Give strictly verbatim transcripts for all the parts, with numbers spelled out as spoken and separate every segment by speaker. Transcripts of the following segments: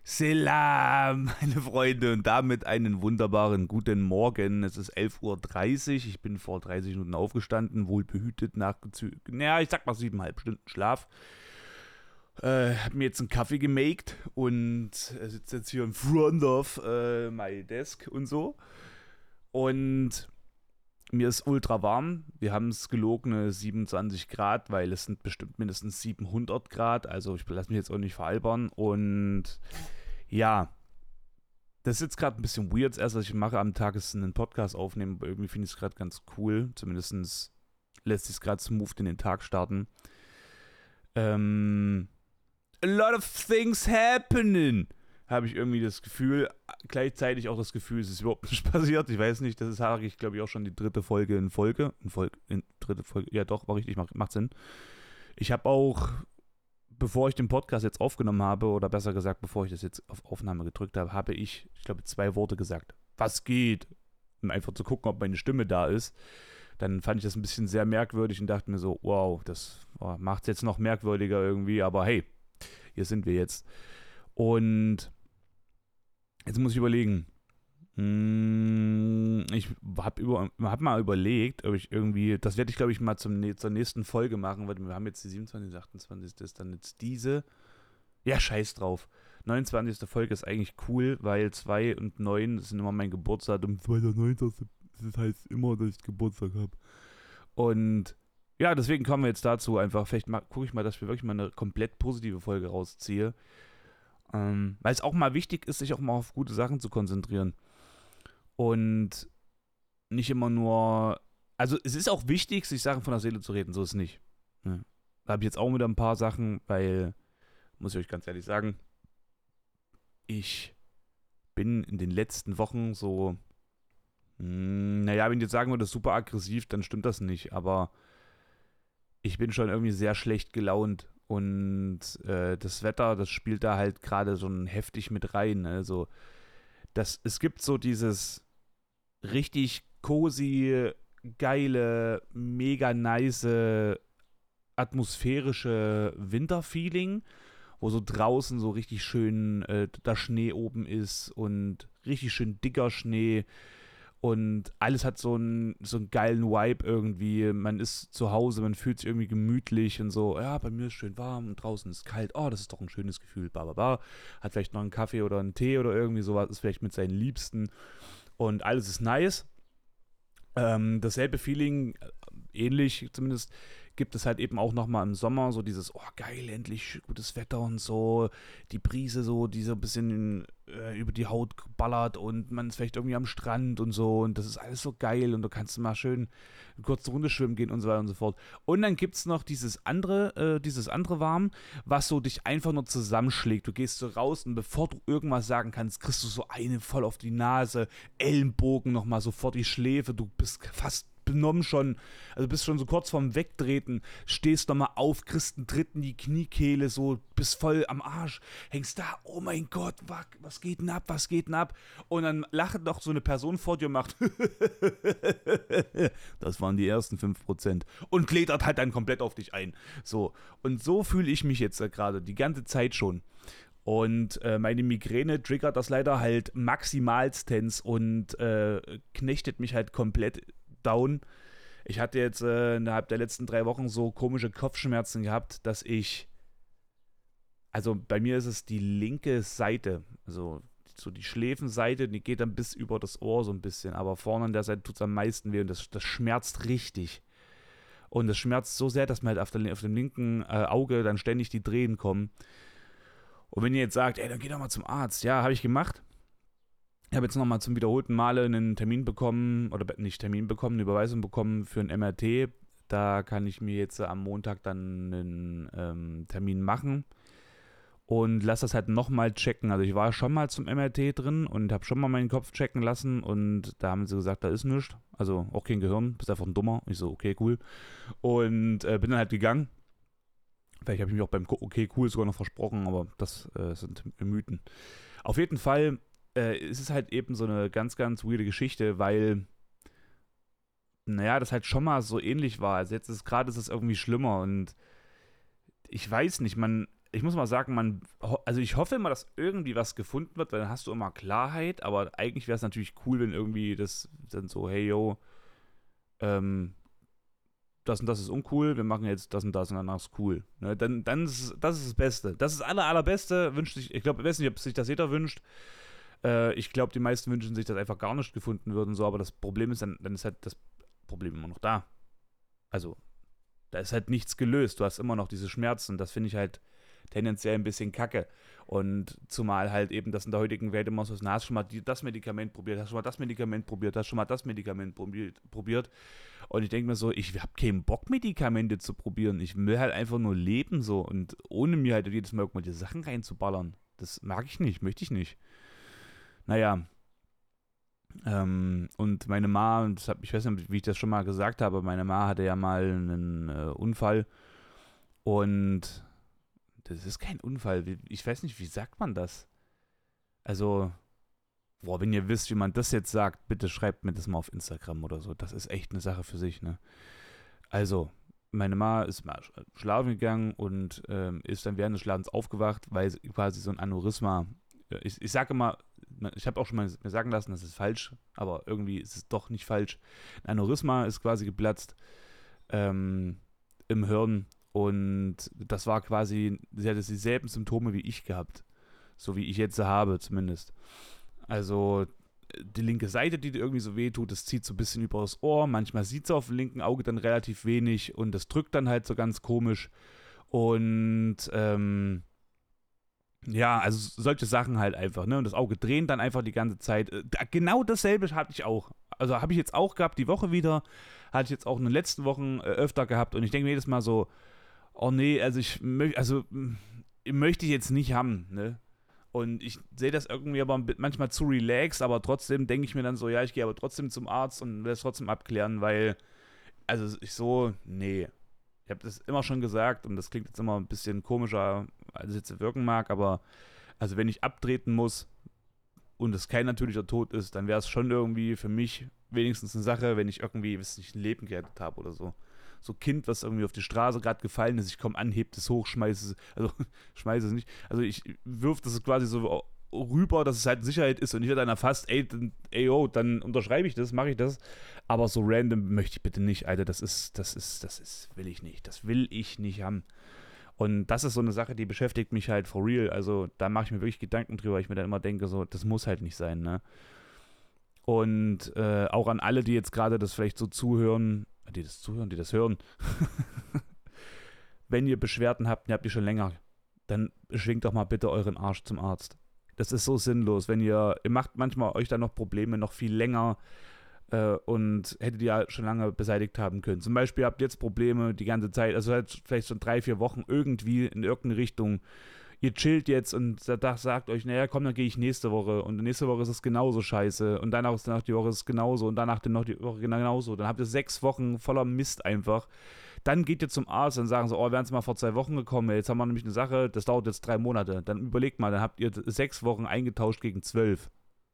Speaker 1: Selam, meine Freunde, und damit einen wunderbaren guten Morgen. Es ist elf Uhr dreißig, ich bin vor dreißig Minuten aufgestanden, wohlbehütet nach, naja, ich sag mal siebeneinhalb Stunden Schlaf. Äh, hab mir jetzt einen Kaffee gemaked und sitze jetzt hier in front of äh, my desk und so. Und mir ist ultra warm. Wir haben es gelogene siebenundzwanzig Grad, weil es sind bestimmt mindestens siebenhundert Grad. Also ich lasse mich jetzt auch nicht veralbern. Und ja, das ist jetzt gerade ein bisschen weird. Das erste, was ich mache am Tag, ist einen Podcast aufnehmen. Aber irgendwie finde ich es gerade ganz cool. Zumindest lässt sich es gerade smooth in den Tag starten. Ähm, a lot of things happening. Habe ich irgendwie das Gefühl, gleichzeitig auch das Gefühl, es ist überhaupt nicht passiert. Ich weiß nicht, das ist, sage ich, glaube ich, auch schon die dritte Folge in Folge. In Folge, in dritte Folge, ja doch, war richtig, macht, macht Sinn. Ich habe auch, bevor ich den Podcast jetzt aufgenommen habe, oder besser gesagt, bevor ich das jetzt auf Aufnahme gedrückt habe, habe ich, ich glaube, zwei Worte gesagt. Was geht? Um einfach zu gucken, ob meine Stimme da ist. Dann fand ich das ein bisschen sehr merkwürdig und dachte mir so, wow, das oh, macht es jetzt noch merkwürdiger irgendwie, aber hey, hier sind wir jetzt. Und jetzt muss ich überlegen. Ich habe über, hab mal überlegt, ob ich irgendwie, das werde ich glaube ich mal zum, zur nächsten Folge machen, weil wir haben jetzt die siebenundzwanzig, achtundzwanzig, das ist dann jetzt diese. Ja, scheiß drauf. neunundzwanzigste Folge ist eigentlich cool, weil zwei und neun sind immer mein Geburtstag. Und zweiter neunter das heißt immer, dass ich Geburtstag habe. Und ja, deswegen kommen wir jetzt dazu einfach, vielleicht gucke ich mal, dass wir wirklich mal eine komplett positive Folge rausziehe. Ähm, weil es auch mal wichtig ist, sich auch mal auf gute Sachen zu konzentrieren. Und nicht immer nur. Also, es ist auch wichtig, sich Sachen von der Seele zu reden, so ist es nicht. Ja. Da habe ich jetzt auch wieder ein paar Sachen, weil, muss ich euch ganz ehrlich sagen, ich bin in den letzten Wochen so. Mh, naja, wenn ich jetzt sagen würde, super aggressiv, dann stimmt das nicht, aber ich bin schon irgendwie sehr schlecht gelaunt. Und äh, das Wetter, das spielt da halt gerade so heftig mit rein. Also, das, es gibt so dieses richtig cozy, geile, mega nice, atmosphärische Winterfeeling, wo so draußen so richtig schön äh, der Schnee oben ist und richtig schön dicker Schnee. Und alles hat so einen, so einen geilen Vibe irgendwie. Man ist zu Hause, man fühlt sich irgendwie gemütlich und so. Ja, bei mir ist schön warm und draußen ist kalt. Oh, das ist doch ein schönes Gefühl. Ba, ba, ba. Hat vielleicht noch einen Kaffee oder einen Tee oder irgendwie sowas. Ist vielleicht mit seinen Liebsten. Und alles ist nice. Ähm, dasselbe Feeling, ähnlich zumindest, gibt es halt eben auch nochmal im Sommer, so dieses, oh geil, endlich gutes Wetter und so, die Brise so, die so ein bisschen äh, über die Haut ballert und man ist vielleicht irgendwie am Strand und so und das ist alles so geil und du kannst mal schön eine kurze Runde schwimmen gehen und so weiter und so fort. Und dann gibt es noch dieses andere, äh, dieses andere Warm, was so dich einfach nur zusammenschlägt. Du gehst so raus und bevor du irgendwas sagen kannst, kriegst du so eine voll auf die Nase, Ellenbogen nochmal so vor die Schläfe, du bist fast benommen schon, also bist schon so kurz vorm Wegtreten, stehst nochmal auf, kriegst einen Tritt in die Kniekehle, so, bist voll am Arsch, hängst da, oh mein Gott, was, was geht denn ab, was geht denn ab? Und dann lacht noch so eine Person vor dir und macht das waren die ersten fünf Prozent und klettert halt dann komplett auf dich ein. So, und so fühle ich mich jetzt äh, gerade, die ganze Zeit schon. Und äh, meine Migräne triggert das leider halt maximalstens und äh, knechtet mich halt komplett down. Ich hatte jetzt äh, innerhalb der letzten drei Wochen so komische Kopfschmerzen gehabt, dass ich, also bei mir ist es die linke Seite, also so die Schläfenseite, die geht dann bis über das Ohr so ein bisschen, aber vorne an der Seite tut es am meisten weh und das, das schmerzt richtig. Und das schmerzt so sehr, dass mir halt auf, der, auf dem linken äh, Auge dann ständig die Tränen kommen. Und wenn ihr jetzt sagt, ey, dann geh doch mal zum Arzt. Ja, habe ich gemacht. Ich habe jetzt nochmal zum wiederholten Male einen Termin bekommen, oder nicht Termin bekommen, eine Überweisung bekommen für ein M R T. Da kann ich mir jetzt am Montag dann einen ähm, Termin machen und lasse das halt nochmal checken. Also ich war schon mal zum M R T drin und habe schon mal meinen Kopf checken lassen und da haben sie gesagt, da ist nichts. Also auch kein Gehirn, bist einfach ein Dummer. Ich so, okay, cool. Und äh, bin dann halt gegangen. Vielleicht habe ich mich auch beim okay, cool sogar noch versprochen, aber das äh, sind Mythen. Auf jeden Fall äh, ist es halt eben so eine ganz, ganz weirde Geschichte, weil, naja, das halt schon mal so ähnlich war. Also jetzt ist gerade ist es irgendwie schlimmer und ich weiß nicht, man, ich muss mal sagen, man, also ich hoffe immer, dass irgendwie was gefunden wird, weil dann hast du immer Klarheit, aber eigentlich wäre es natürlich cool, wenn irgendwie das dann so, hey yo, ähm, das und das ist uncool, wir machen jetzt das und das und danach ist cool. Ne? Dann, dann ist das ist das Beste. Das ist das aller, allerbeste, wünscht sich, ich glaube, ich weiß nicht, ob sich das jeder wünscht. Äh, ich glaube, die meisten wünschen sich, dass einfach gar nicht gefunden wird und so, aber das Problem ist, dann, dann ist halt das Problem immer noch da. Also, da ist halt nichts gelöst. Du hast immer noch diese Schmerzen. Das finde ich halt tendenziell ein bisschen kacke. Und zumal halt eben das in der heutigen Welt immer so ist, na, hast schon mal die, das Medikament probiert, hast schon mal das Medikament probiert, hast schon mal das Medikament probiert. probiert. Und ich denke mir so, ich habe keinen Bock, Medikamente zu probieren. Ich will halt einfach nur leben so und ohne mir halt jedes Mal irgendwelche Sachen reinzuballern. Das mag ich nicht, möchte ich nicht. Naja, ähm, und meine Ma, und das hab, ich weiß nicht, wie ich das schon mal gesagt habe, meine Ma hatte ja mal einen äh, Unfall und das ist kein Unfall. Ich weiß nicht, wie sagt man das? Also, boah, wenn ihr wisst, wie man das jetzt sagt, bitte schreibt mir das mal auf Instagram oder so. Das ist echt eine Sache für sich, ne? Also, meine Ma ist mal schlafen gegangen und ähm, ist dann während des Schlafens aufgewacht, weil sie quasi so ein Aneurysma, ich, ich sage immer, ich habe auch schon mal mir sagen lassen, das ist falsch, aber irgendwie ist es doch nicht falsch. Ein Aneurysma ist quasi geplatzt ähm, im Hirn und das war quasi, sie hatte dieselben Symptome wie ich gehabt, so wie ich jetzt habe zumindest. Also die linke Seite, die dir irgendwie so weh tut, das zieht so ein bisschen über das Ohr, manchmal sieht sie auf dem linken Auge dann relativ wenig und das drückt dann halt so ganz komisch und ähm, ja, also solche Sachen halt einfach, ne? Und das Auge drehen dann einfach die ganze Zeit. Genau dasselbe hatte ich auch. Also habe ich jetzt auch gehabt, die Woche wieder. Hatte ich jetzt auch in den letzten Wochen äh, öfter gehabt. Und ich denke mir jedes Mal so, oh nee, also ich möchte, also möchte ich jetzt nicht haben, ne? Und ich sehe das irgendwie aber manchmal zu relaxed, aber trotzdem denke ich mir dann so, ja, ich gehe aber trotzdem zum Arzt und will es trotzdem abklären, weil, also ich so, nee. Ich habe das immer schon gesagt und das klingt jetzt immer ein bisschen komischer, als es jetzt wirken mag, aber also wenn ich abtreten muss und es kein natürlicher Tod ist, dann wäre es schon irgendwie für mich wenigstens eine Sache, wenn ich irgendwie, weiß nicht, ein Leben gerettet habe oder so. So Kind, was irgendwie auf die Straße gerade gefallen ist, ich komme an, heb es hoch, schmeiße es, also schmeiße es nicht, also ich wirf das quasi so rüber, dass es halt in Sicherheit ist und ich werde dann erfasst, ey, dann, ey, oh, dann unterschreibe ich das, mache ich das, aber so random möchte ich bitte nicht, Alter, das ist, das ist, das ist, will ich nicht, das will ich nicht haben. Und das ist so eine Sache, die beschäftigt mich halt for real, also da mache ich mir wirklich Gedanken drüber, weil ich mir dann immer denke, so, das muss halt nicht sein, ne. Und äh, auch an alle, die jetzt gerade das vielleicht so zuhören, die das zuhören, die das hören, wenn ihr Beschwerden habt, die habt ihr schon länger, dann schwingt doch mal bitte euren Arsch zum Arzt. Das ist so sinnlos, wenn ihr, ihr macht manchmal euch dann noch Probleme noch viel länger äh, und hättet ihr schon lange beseitigt haben können. Zum Beispiel habt ihr jetzt Probleme die ganze Zeit, also halt vielleicht schon drei, vier Wochen irgendwie in irgendeine Richtung. Ihr chillt jetzt und sagt euch, naja, komm, dann gehe ich nächste Woche und nächste Woche ist es genauso scheiße und danach ist danach die Woche ist es genauso und danach noch die Woche genauso. Dann habt ihr sechs Wochen voller Mist einfach. Dann geht ihr zum Arzt und sagen so, oh, wären es mal vor zwei Wochen gekommen, jetzt haben wir nämlich eine Sache, das dauert jetzt drei Monate. Dann überlegt mal, dann habt ihr sechs Wochen eingetauscht gegen zwölf.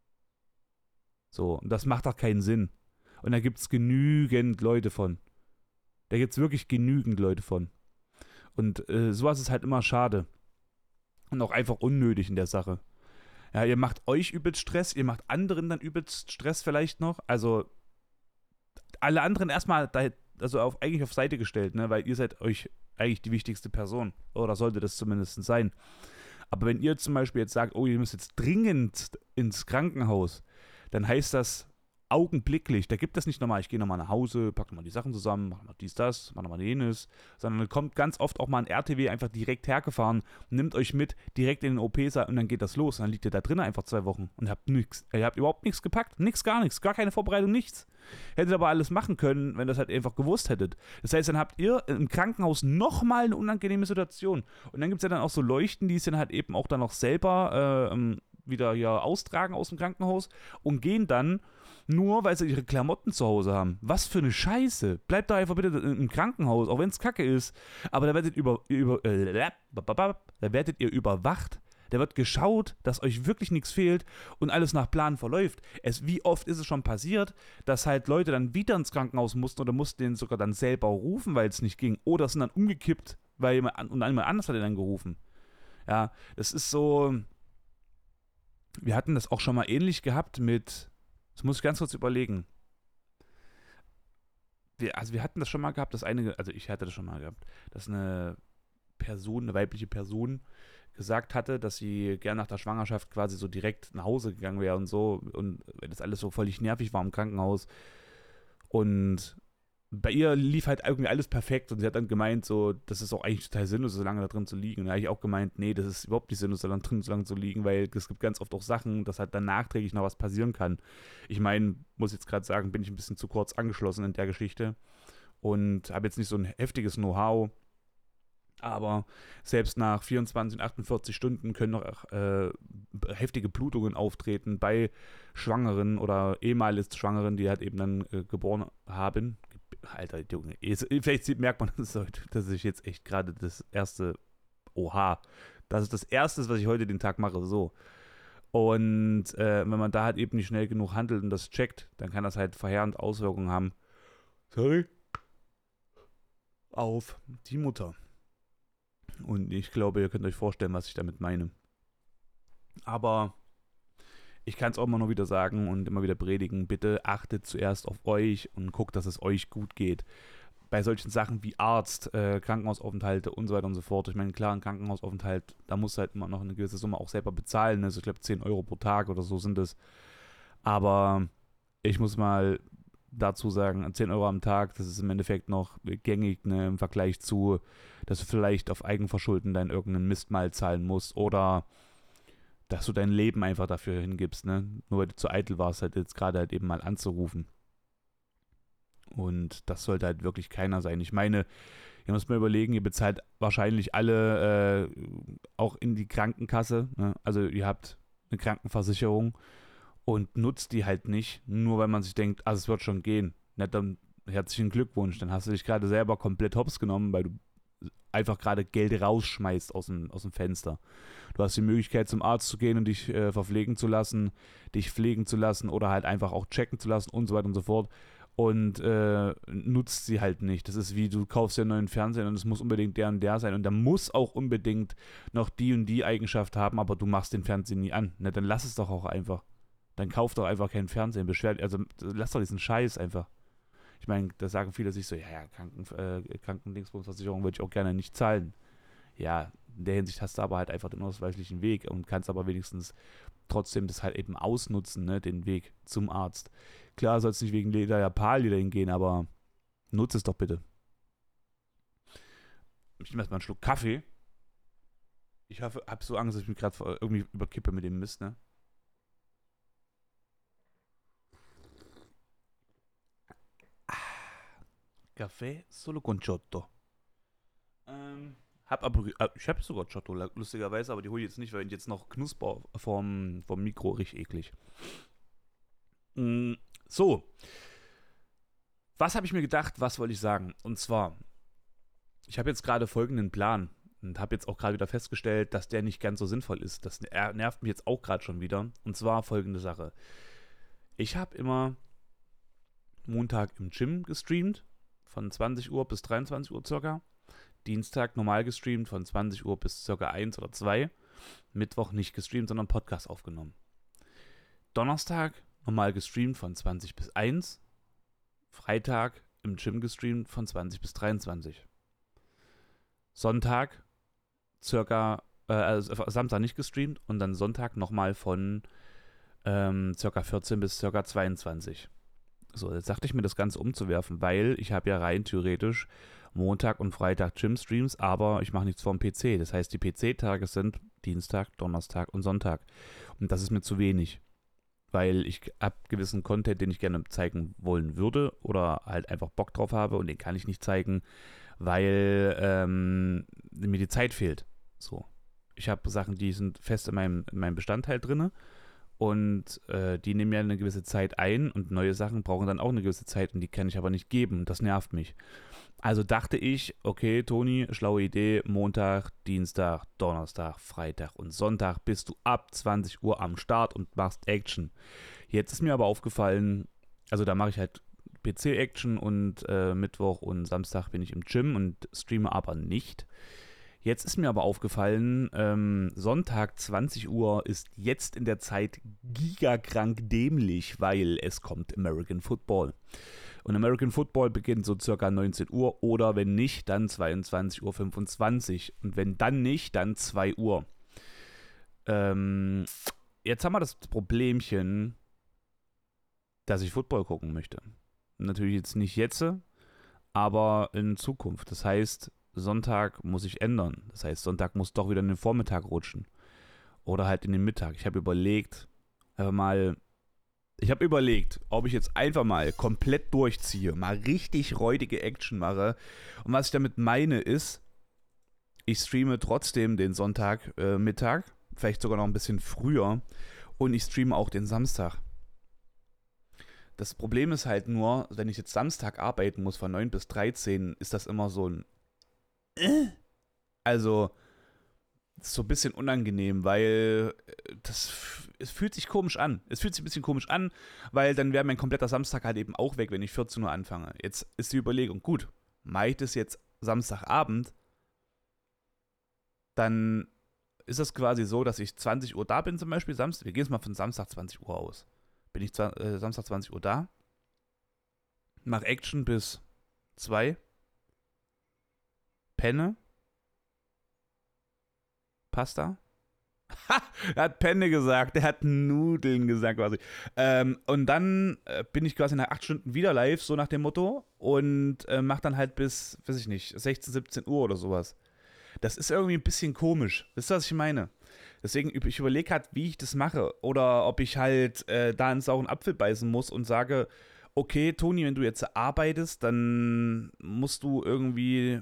Speaker 1: So, und das macht doch keinen Sinn. Und da gibt es genügend Leute von. Da gibt es wirklich genügend Leute von. Und äh, sowas ist halt immer schade. Und auch einfach unnötig in der Sache. Ja, ihr macht euch übelst Stress, ihr macht anderen dann übelst Stress vielleicht noch. Also alle anderen erstmal da, also auf, eigentlich auf Seite gestellt, ne, weil ihr seid euch eigentlich die wichtigste Person. Oder sollte das zumindest sein. Aber wenn ihr zum Beispiel jetzt sagt, oh, ihr müsst jetzt dringend ins Krankenhaus, dann heißt das augenblicklich, da gibt es nicht nochmal, ich gehe nochmal nach Hause, packe nochmal die Sachen zusammen, mache nochmal dies, das, mache nochmal jenes, sondern dann kommt ganz oft auch mal ein R T W einfach direkt hergefahren, nimmt euch mit, direkt in den O P-Saal und dann geht das los. Dann liegt ihr da drinnen einfach zwei Wochen und habt nichts, ihr habt überhaupt nichts gepackt, nichts, gar nichts, gar keine Vorbereitung, nichts. Hättet aber alles machen können, wenn ihr das halt einfach gewusst hättet. Das heißt, dann habt ihr im Krankenhaus nochmal eine unangenehme Situation. Und dann gibt es ja dann auch so Leuchten, die es dann halt eben auch dann noch selber äh, wieder hier austragen aus dem Krankenhaus und gehen dann nur, weil sie ihre Klamotten zu Hause haben. Was für eine Scheiße. Bleibt da einfach bitte im Krankenhaus, auch wenn es kacke ist. Aber da werdet, über, über, äh, da werdet ihr überwacht. Da wird geschaut, dass euch wirklich nichts fehlt und alles nach Plan verläuft. Es, wie oft ist es schon passiert, dass halt Leute dann wieder ins Krankenhaus mussten oder mussten den sogar dann selber rufen, weil es nicht ging. Oder sind dann umgekippt, weil jemand, und jemand anders hat den dann gerufen. Ja, das ist so, wir hatten das auch schon mal ähnlich gehabt mit, das muss ich ganz kurz überlegen. Wir, also wir hatten das schon mal gehabt, dass eine, also ich hatte das schon mal gehabt, dass eine Person, eine weibliche Person gesagt hatte, dass sie gern nach der Schwangerschaft quasi so direkt nach Hause gegangen wäre und so und das alles so völlig nervig war im Krankenhaus und bei ihr lief halt irgendwie alles perfekt und sie hat dann gemeint, so, das ist auch eigentlich total sinnlos, so lange da drin zu liegen. Und da habe ich auch gemeint, nee, das ist überhaupt nicht sinnlos, da drin so lange zu liegen, weil es gibt ganz oft auch Sachen, dass halt dann nachträglich noch was passieren kann. Ich meine, muss jetzt gerade sagen, bin ich ein bisschen zu kurz angeschlossen in der Geschichte und habe jetzt nicht so ein heftiges Know-how, aber selbst nach vierundzwanzig und achtundvierzig Stunden können noch äh, heftige Blutungen auftreten bei Schwangeren oder ehemals Schwangeren, die halt eben dann äh, geboren haben. Alter, Junge, jetzt, vielleicht merkt man das heute, dass ich jetzt echt gerade das erste, oha, das ist das erste, was ich heute den Tag mache, so. Und äh, wenn man da halt eben nicht schnell genug handelt und das checkt, dann kann das halt verheerend Auswirkungen haben. Sorry. Auf die Mutter. Und ich glaube, ihr könnt euch vorstellen, was ich damit meine. Aber ich kann es auch immer nur wieder sagen und immer wieder predigen, bitte achtet zuerst auf euch und guckt, dass es euch gut geht. Bei solchen Sachen wie Arzt, äh, Krankenhausaufenthalte und so weiter und so fort. Ich meine, klar, ein Krankenhausaufenthalt, da musst du halt immer noch eine gewisse Summe auch selber bezahlen. Also ich glaube, zehn Euro pro Tag oder so sind es. Aber ich muss mal dazu sagen, zehn Euro am Tag, das ist im Endeffekt noch gängig, ne, im Vergleich zu, dass du vielleicht auf Eigenverschulden deinen irgendeinen Mist mal zahlen musst oder dass du dein Leben einfach dafür hingibst, ne? Nur weil du zu eitel warst, halt jetzt gerade halt eben mal anzurufen. Und das sollte halt wirklich keiner sein. Ich meine, ihr müsst mal überlegen, ihr bezahlt wahrscheinlich alle äh, auch in die Krankenkasse, ne? Also ihr habt eine Krankenversicherung und nutzt die halt nicht, nur weil man sich denkt, ah, es wird schon gehen. Na, dann herzlichen Glückwunsch, dann hast du dich gerade selber komplett hops genommen, weil du einfach gerade Geld rausschmeißt aus dem, aus dem Fenster. Du hast die Möglichkeit, zum Arzt zu gehen und dich äh, verpflegen zu lassen, dich pflegen zu lassen oder halt einfach auch checken zu lassen und so weiter und so fort und äh, nutzt sie halt nicht. Das ist wie, du kaufst dir einen neuen Fernseher und es muss unbedingt der und der sein und der muss auch unbedingt noch die und die Eigenschaft haben, aber du machst den Fernseher nie an. Na, dann lass es doch auch einfach. Dann kauf doch einfach keinen Fernseher. Beschwert, also lass doch diesen Scheiß einfach. Ich meine, da sagen viele sich so, ja, ja, Kranken, äh, Krankendingsbumsversicherung würde ich auch gerne nicht zahlen. Ja, in der Hinsicht hast du aber halt einfach den ausweichlichen Weg und kannst aber wenigstens trotzdem das halt eben ausnutzen, ne, den Weg zum Arzt. Klar, sollst nicht wegen Leder ja Pal hingehen, aber nutze es doch bitte. Ich nehme erstmal einen Schluck Kaffee. Ich hoffe, hab so Angst, dass ich mich gerade irgendwie überkippe mit dem Mist, ne? Kaffee solo con Giotto. Ähm, hab aber, ich habe sogar Giotto, lustigerweise, aber die hole ich jetzt nicht, weil ich jetzt noch knusper vom, vom Mikro, richtig eklig. Mm, so, was habe ich mir gedacht, was wollte ich sagen? Und zwar, ich habe jetzt gerade folgenden Plan und habe jetzt auch gerade wieder festgestellt, dass der nicht ganz so sinnvoll ist. Das nervt mich jetzt auch gerade schon wieder. Und zwar folgende Sache. Ich habe immer Montag im Gym gestreamt, von zwanzig Uhr bis dreiundzwanzig Uhr circa. Dienstag normal gestreamt, von zwanzig Uhr bis circa eins oder zwei. Mittwoch nicht gestreamt, sondern Podcast aufgenommen. Donnerstag normal gestreamt von zwanzig bis eins. Freitag im Gym gestreamt von zwanzig bis dreiundzwanzig. Sonntag circa, äh, also Samstag nicht gestreamt und dann Sonntag nochmal von ähm, circa vierzehn bis circa zweiundzwanzig. So, jetzt dachte ich mir, das Ganze umzuwerfen, weil ich habe ja rein theoretisch Montag und Freitag Gym-Streams, aber ich mache nichts vom P C. Das heißt, die P C-Tage sind Dienstag, Donnerstag und Sonntag. Und das ist mir zu wenig, weil ich habe gewissen Content, den ich gerne zeigen wollen würde oder halt einfach Bock drauf habe und den kann ich nicht zeigen, weil ähm, mir die Zeit fehlt. So. Ich habe Sachen, die sind fest in meinem, in meinem Bestandteil drin. Und äh, die nehmen ja eine gewisse Zeit ein und neue Sachen brauchen dann auch eine gewisse Zeit und die kann ich aber nicht geben. Das nervt mich. Also dachte ich, okay, Toni, schlaue Idee, Montag, Dienstag, Donnerstag, Freitag und Sonntag bist du ab zwanzig Uhr am Start und machst Action. Jetzt ist mir aber aufgefallen, also da mache ich halt P C-Action und äh, Mittwoch und Samstag bin ich im Gym und streame aber nicht. Jetzt ist mir aber aufgefallen, ähm, Sonntag zwanzig Uhr ist jetzt in der Zeit gigakrank dämlich, weil es kommt American Football. Und American Football beginnt so circa neunzehn Uhr oder wenn nicht, dann zweiundzwanzig Uhr fünfundzwanzig. Und wenn dann nicht, dann zwei Uhr. Ähm, jetzt haben wir das Problemchen, dass ich Football gucken möchte. Natürlich jetzt nicht jetzt, aber in Zukunft. Das heißt, Sonntag muss ich ändern. Das heißt, Sonntag muss doch wieder in den Vormittag rutschen. Oder halt in den Mittag. Ich habe überlegt, einfach mal, ich habe überlegt, ob ich jetzt einfach mal komplett durchziehe, mal richtig räudige Action mache. Und was ich damit meine ist, ich streame trotzdem den Sonntag äh, Mittag, vielleicht sogar noch ein bisschen früher. Und ich streame auch den Samstag. Das Problem ist halt nur, wenn ich jetzt Samstag arbeiten muss von neun bis dreizehn, ist das immer so ein äh? Also, das ist so ein bisschen unangenehm, weil das, es fühlt sich komisch an. Es fühlt sich ein bisschen komisch an, weil dann wäre mein kompletter Samstag halt eben auch weg, wenn ich vierzehn Uhr anfange. Jetzt ist die Überlegung, gut, mache ich das jetzt Samstagabend, dann ist das quasi so, dass ich zwanzig Uhr da bin zum Beispiel, Samstag, wir gehen jetzt mal von Samstag zwanzig Uhr aus. Bin ich äh, Samstag zwanzig Uhr da, mache Action bis zwei, penne, Pasta? Ha! Er hat Penne gesagt, er hat Nudeln gesagt quasi. Ähm, und dann äh, bin ich quasi nach acht Stunden wieder live, so nach dem Motto, und äh, mach dann halt bis, weiß ich nicht, sechzehn, siebzehn Uhr oder sowas. Das ist irgendwie ein bisschen komisch. Wisst ihr, was ich meine? Deswegen, ich überlege halt, wie ich das mache. Oder ob ich halt äh, da einen sauren Apfel beißen muss und sage, okay, Toni, wenn du jetzt arbeitest, dann musst du irgendwie,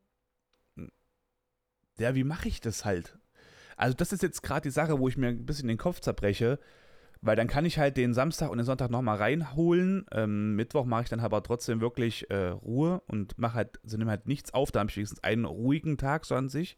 Speaker 1: ja, wie mache ich das halt? Also das ist jetzt gerade die Sache, wo ich mir ein bisschen den Kopf zerbreche, weil dann kann ich halt den Samstag und den Sonntag nochmal reinholen. Ähm, Mittwoch mache ich dann aber trotzdem wirklich äh, Ruhe und mache halt, also nehme halt nichts auf, da habe ich wenigstens einen ruhigen Tag so an sich.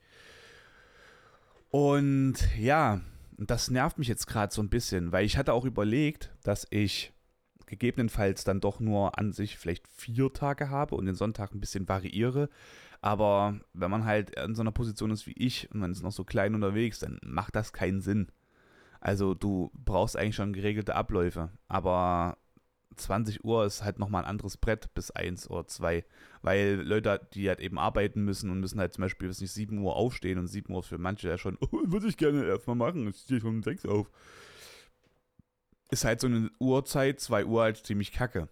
Speaker 1: Und ja, das nervt mich jetzt gerade so ein bisschen, weil ich hatte auch überlegt, dass ich gegebenenfalls dann doch nur an sich vielleicht vier Tage habe und den Sonntag ein bisschen variiere. Aber wenn man halt in so einer Position ist wie ich und man ist noch so klein unterwegs, dann macht das keinen Sinn. Also du brauchst eigentlich schon geregelte Abläufe. Aber zwanzig Uhr ist halt nochmal ein anderes Brett bis eins oder zwei. Weil Leute, die halt eben arbeiten müssen und müssen halt zum Beispiel bis nicht sieben Uhr aufstehen und sieben Uhr ist für manche ja schon, oh, würde ich gerne erstmal machen, ich stehe schon um sechs auf. Ist halt so eine Uhrzeit, zwei Uhr halt ziemlich kacke.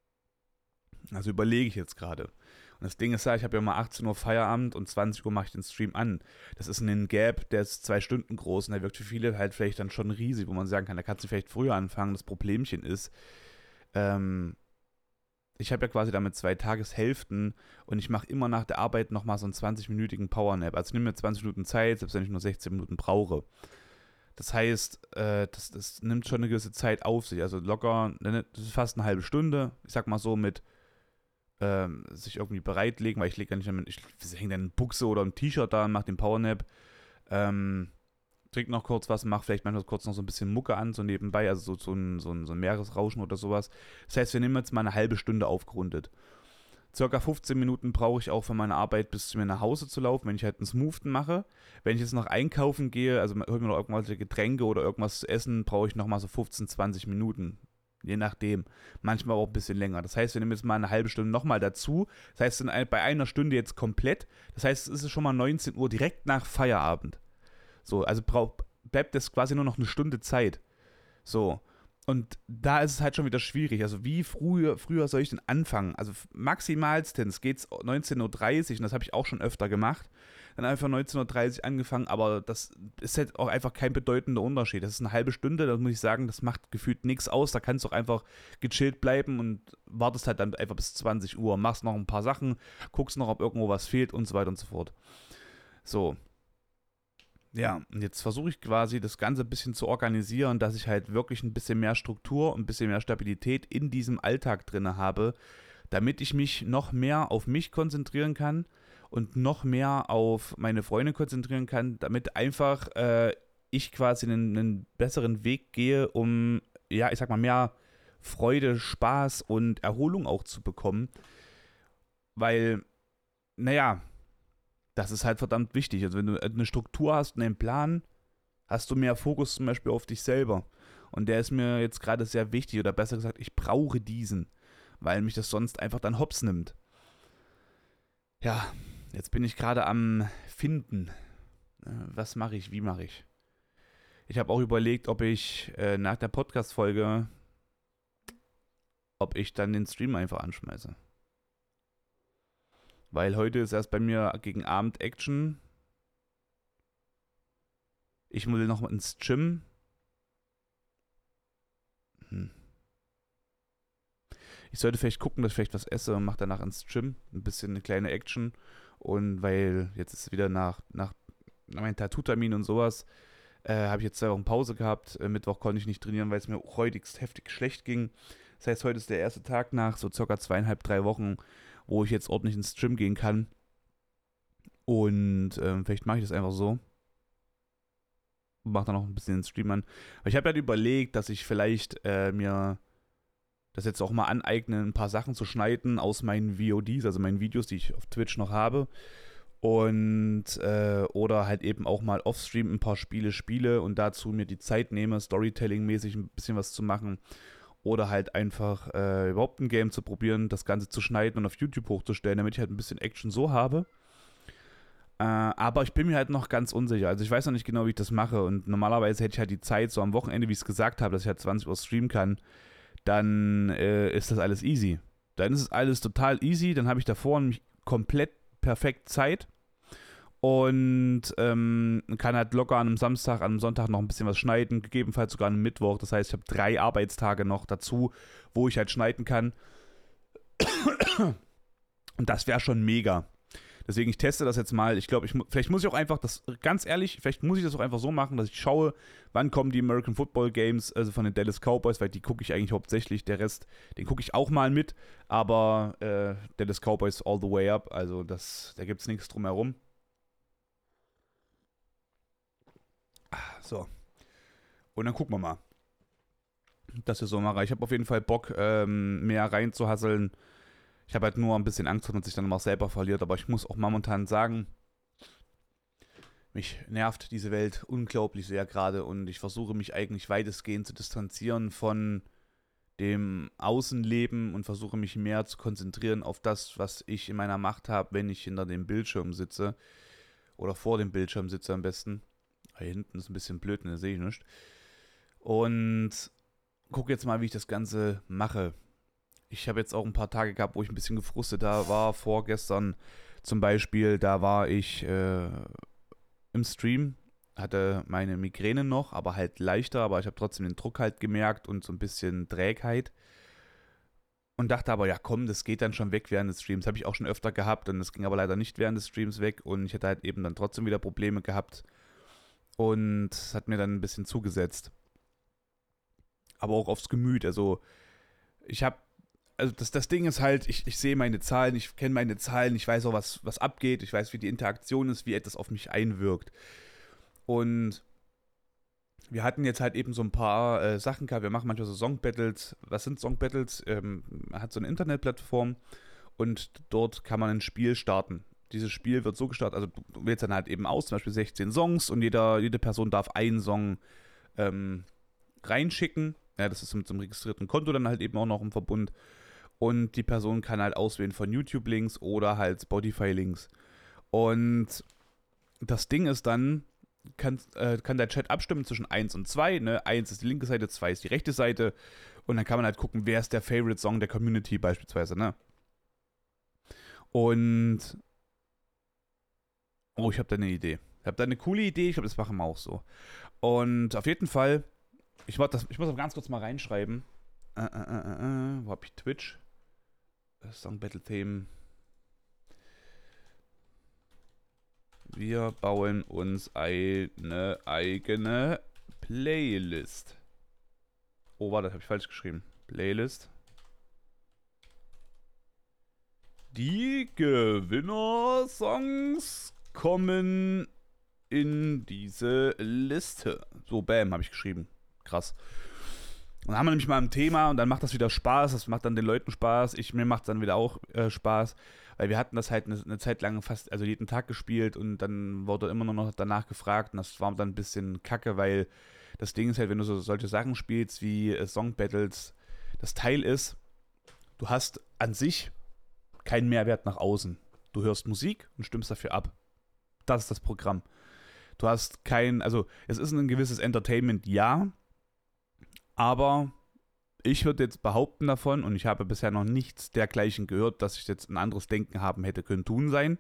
Speaker 1: Also überlege ich jetzt gerade. Und das Ding ist ja, ich habe ja mal achtzehn Uhr Feierabend und zwanzig Uhr mache ich den Stream an. Das ist ein Gap, der ist zwei Stunden groß und der wirkt für viele halt vielleicht dann schon riesig, wo man sagen kann, da kannst du vielleicht früher anfangen. Das Problemchen ist, ähm, ich habe ja quasi damit zwei Tageshälften und ich mache immer nach der Arbeit nochmal so einen zwanzig-minütigen Powernap. Also ich nehme mir zwanzig Minuten Zeit, selbst wenn ich nur sechzehn Minuten brauche. Das heißt, äh, das, das nimmt schon eine gewisse Zeit auf sich. Also locker, das ist fast eine halbe Stunde. Ich sag mal so mit ähm, sich irgendwie bereitlegen, weil ich lege ja nicht damit, ich hänge dann eine Buchse oder ein T-Shirt da und mache den Powernap. Ähm, trink noch kurz was, mach vielleicht manchmal kurz noch so ein bisschen Mucke an, so nebenbei, also so, so, ein, so, ein, so ein Meeresrauschen oder sowas. Das heißt, wir nehmen jetzt mal eine halbe Stunde aufgerundet. Circa fünfzehn Minuten brauche ich auch von meiner Arbeit, bis zu mir nach Hause zu laufen, wenn ich halt einen Smoothen mache. Wenn ich jetzt noch einkaufen gehe, also hol mir noch irgendwelche Getränke oder irgendwas zu essen, brauche ich nochmal so fünfzehn, zwanzig Minuten. Je nachdem. Manchmal auch ein bisschen länger. Das heißt, wir nehmen jetzt mal eine halbe Stunde nochmal dazu. Das heißt, in ein, bei einer Stunde jetzt komplett. Das heißt, es ist schon mal neunzehn Uhr direkt nach Feierabend. So, also braucht, bleibt es quasi nur noch eine Stunde Zeit. So. Und da ist es halt schon wieder schwierig. Also wie früher, früher soll ich denn anfangen? Also maximalstens geht es neunzehn Uhr dreißig und das habe ich auch schon öfter gemacht. Dann einfach neunzehn Uhr dreißig angefangen, aber das ist halt auch einfach kein bedeutender Unterschied. Das ist eine halbe Stunde, da muss ich sagen, das macht gefühlt nichts aus. Da kannst du auch einfach gechillt bleiben und wartest halt dann einfach bis zwanzig Uhr, machst noch ein paar Sachen, guckst noch, ob irgendwo was fehlt und so weiter und so fort. So. Ja, und jetzt versuche ich quasi das Ganze ein bisschen zu organisieren, dass ich halt wirklich ein bisschen mehr Struktur, ein bisschen mehr Stabilität in diesem Alltag drin habe, damit ich mich noch mehr auf mich konzentrieren kann und noch mehr auf meine Freunde konzentrieren kann, damit einfach äh, ich quasi einen, einen besseren Weg gehe, um, ja, ich sag mal, mehr Freude, Spaß und Erholung auch zu bekommen. Weil, naja, Das ist halt verdammt wichtig. Also wenn du eine Struktur hast und einen Plan, hast du mehr Fokus zum Beispiel auf dich selber. Und der ist mir jetzt gerade sehr wichtig, oder besser gesagt, ich brauche diesen, weil mich das sonst einfach dann hops nimmt. Ja, jetzt bin ich gerade am Finden. Was mache ich, wie mache ich? Ich habe auch überlegt, ob ich äh, nach der Podcast-Folge, ob ich dann den Stream einfach anschmeiße. Weil heute ist erst bei mir gegen Abend Action. Ich will noch mal ins Gym. Hm. Ich sollte vielleicht gucken, dass ich vielleicht was esse und mache danach ins Gym. Ein bisschen eine kleine Action. Und weil jetzt ist wieder nach, nach, nach meinem Tattoo-Termin und sowas, äh, habe ich jetzt zwei Wochen Pause gehabt. Äh, Mittwoch konnte ich nicht trainieren, weil es mir heutigst heftig schlecht ging. Das heißt, heute ist der erste Tag nach so circa zweieinhalb, drei Wochen, wo ich jetzt ordentlich ins Gym gehen kann. Und ähm, vielleicht mache ich das einfach so. Mache dann noch ein bisschen den Stream an. Aber ich habe halt überlegt, dass ich vielleicht äh, mir das jetzt auch mal aneigne, ein paar Sachen zu schneiden aus meinen V O Ds, also meinen Videos, die ich auf Twitch noch habe. Und äh, oder halt eben auch mal offstream ein paar Spiele spiele und dazu mir die Zeit nehme, Storytelling-mäßig ein bisschen was zu machen. Oder halt einfach äh, überhaupt ein Game zu probieren, das Ganze zu schneiden und auf YouTube hochzustellen, damit ich halt ein bisschen Action so habe. Äh, aber ich bin mir halt noch ganz unsicher. Also ich weiß noch nicht genau, wie ich das mache. Und normalerweise hätte ich halt die Zeit so am Wochenende, wie ich es gesagt habe, dass ich halt zwanzig Uhr streamen kann. Dann äh, ist das alles easy. Dann ist es alles total easy. Dann habe ich davor nämlich komplett perfekt Zeit. Und ähm, kann halt locker an einem Samstag, an einem Sonntag noch ein bisschen was schneiden. Gegebenenfalls sogar an einem Mittwoch. Das heißt, ich habe drei Arbeitstage noch dazu, wo ich halt schneiden kann. Und das wäre schon mega. Deswegen, ich teste das jetzt mal. Ich glaube, ich, vielleicht muss ich auch einfach, das ganz ehrlich, vielleicht muss ich das auch einfach so machen, dass ich schaue, wann kommen die American Football Games, also von den Dallas Cowboys, weil die gucke ich eigentlich hauptsächlich. Der Rest, den gucke ich auch mal mit, aber äh, Dallas Cowboys all the way up, also das, da gibt es nichts drum herum. So. Und dann gucken wir mal, dass wir so mache. Ich habe auf jeden Fall Bock, ähm, mehr reinzuhasseln. Ich habe halt nur ein bisschen Angst, dass man sich dann mal selber verliert, aber ich muss auch momentan sagen, mich nervt diese Welt unglaublich sehr gerade und ich versuche mich eigentlich weitestgehend zu distanzieren von dem Außenleben und versuche mich mehr zu konzentrieren auf das, was ich in meiner Macht habe, wenn ich hinter dem Bildschirm sitze oder vor dem Bildschirm sitze am besten. Hier hinten ist ein bisschen blöd, da sehe ich nichts. Und gucke jetzt mal, wie ich das Ganze mache. Ich habe jetzt auch ein paar Tage gehabt, wo ich ein bisschen gefrustet da war. Vorgestern zum Beispiel, da war ich äh, im Stream, hatte meine Migräne noch, aber halt leichter, aber ich habe trotzdem den Druck halt gemerkt und so ein bisschen Trägheit. Und dachte aber, ja komm, das geht dann schon weg während des Streams. Habe ich auch schon öfter gehabt und das ging aber leider nicht während des Streams weg und ich hätte halt eben dann trotzdem wieder Probleme gehabt. Und es hat mir dann ein bisschen zugesetzt. Aber auch aufs Gemüt. Also ich habe, also das, das Ding ist halt, ich, ich sehe meine Zahlen, ich kenne meine Zahlen, ich weiß auch, was, was abgeht, ich weiß, wie die Interaktion ist, wie etwas auf mich einwirkt. Und wir hatten jetzt halt eben so ein paar äh, Sachen gehabt, wir machen manchmal so Song-Battles. Was sind Song-Battles? Ähm, man hat so eine Internetplattform und dort kann man ein Spiel starten. Dieses Spiel wird so gestartet, also du wählst dann halt eben aus, zum Beispiel sechzehn Songs und jeder, jede Person darf einen Song ähm, reinschicken. Ja, das ist mit so einem registrierten Konto dann halt eben auch noch im Verbund. Und die Person kann halt auswählen von YouTube-Links oder halt Spotify-Links. Und das Ding ist dann, kann, äh, kann der Chat abstimmen zwischen eins und zwei. Ne? eins ist die linke Seite, zwei ist die rechte Seite. Und dann kann man halt gucken, wer ist der Favorite-Song der Community beispielsweise. Ne? Und oh, ich habe da eine Idee. Ich habe da eine coole Idee, ich glaube, das machen wir auch so. Und auf jeden Fall, ich, das, ich muss aber ganz kurz mal reinschreiben. Äh, äh, äh, äh, wo hab ich Twitch? Song Battle Theme. Wir bauen uns eine eigene Playlist. Oh, warte, das habe ich falsch geschrieben. Playlist. Die Gewinner-Songs kommen in diese Liste. So, bam, habe ich geschrieben. Krass. Und dann haben wir nämlich mal ein Thema und dann macht das wieder Spaß, das macht dann den Leuten Spaß, ich, mir macht es dann wieder auch äh, Spaß, weil wir hatten das halt eine, eine Zeit lang fast, also jeden Tag gespielt und dann wurde immer nur noch danach gefragt und das war dann ein bisschen kacke, weil das Ding ist halt, wenn du so solche Sachen spielst wie äh, Song Battles, das Teil ist, du hast an sich keinen Mehrwert nach außen. Du hörst Musik und stimmst dafür ab. Das ist das Programm. Du hast kein, also es ist ein gewisses Entertainment, ja, aber ich würde jetzt behaupten davon, und ich habe bisher noch nichts dergleichen gehört, dass ich jetzt ein anderes Denken haben hätte können tun sein,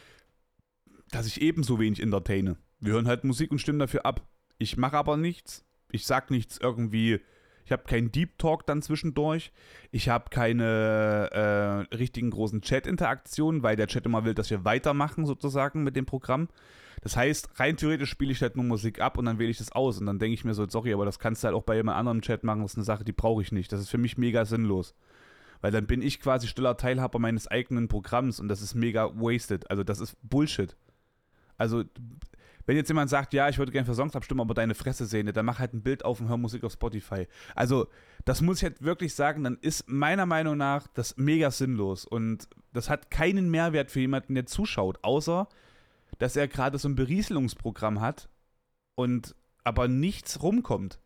Speaker 1: dass ich ebenso wenig entertaine. Wir hören halt Musik und stimmen dafür ab. Ich mache aber nichts. Ich sag nichts irgendwie. Ich habe keinen Deep Talk dann zwischendurch. Ich habe keine äh, richtigen großen Chat-Interaktionen, weil der Chat immer will, dass wir weitermachen sozusagen mit dem Programm. Das heißt, rein theoretisch spiele ich halt nur Musik ab und dann wähle ich das aus. Und dann denke ich mir so, sorry, aber das kannst du halt auch bei jemand anderem Chat machen. Das ist eine Sache, die brauche ich nicht. Das ist für mich mega sinnlos. Weil dann bin ich quasi stiller Teilhaber meines eigenen Programms und das ist mega wasted. Also das ist Bullshit. Also wenn jetzt jemand sagt, ja, ich würde gerne für Songs abstimmen, aber deine Fresse sehen, dann mach halt ein Bild auf und hör Musik auf Spotify. Also, das muss ich halt wirklich sagen, dann ist meiner Meinung nach das mega sinnlos und das hat keinen Mehrwert für jemanden, der zuschaut, außer, dass er gerade so ein Berieselungsprogramm hat und aber nichts rumkommt.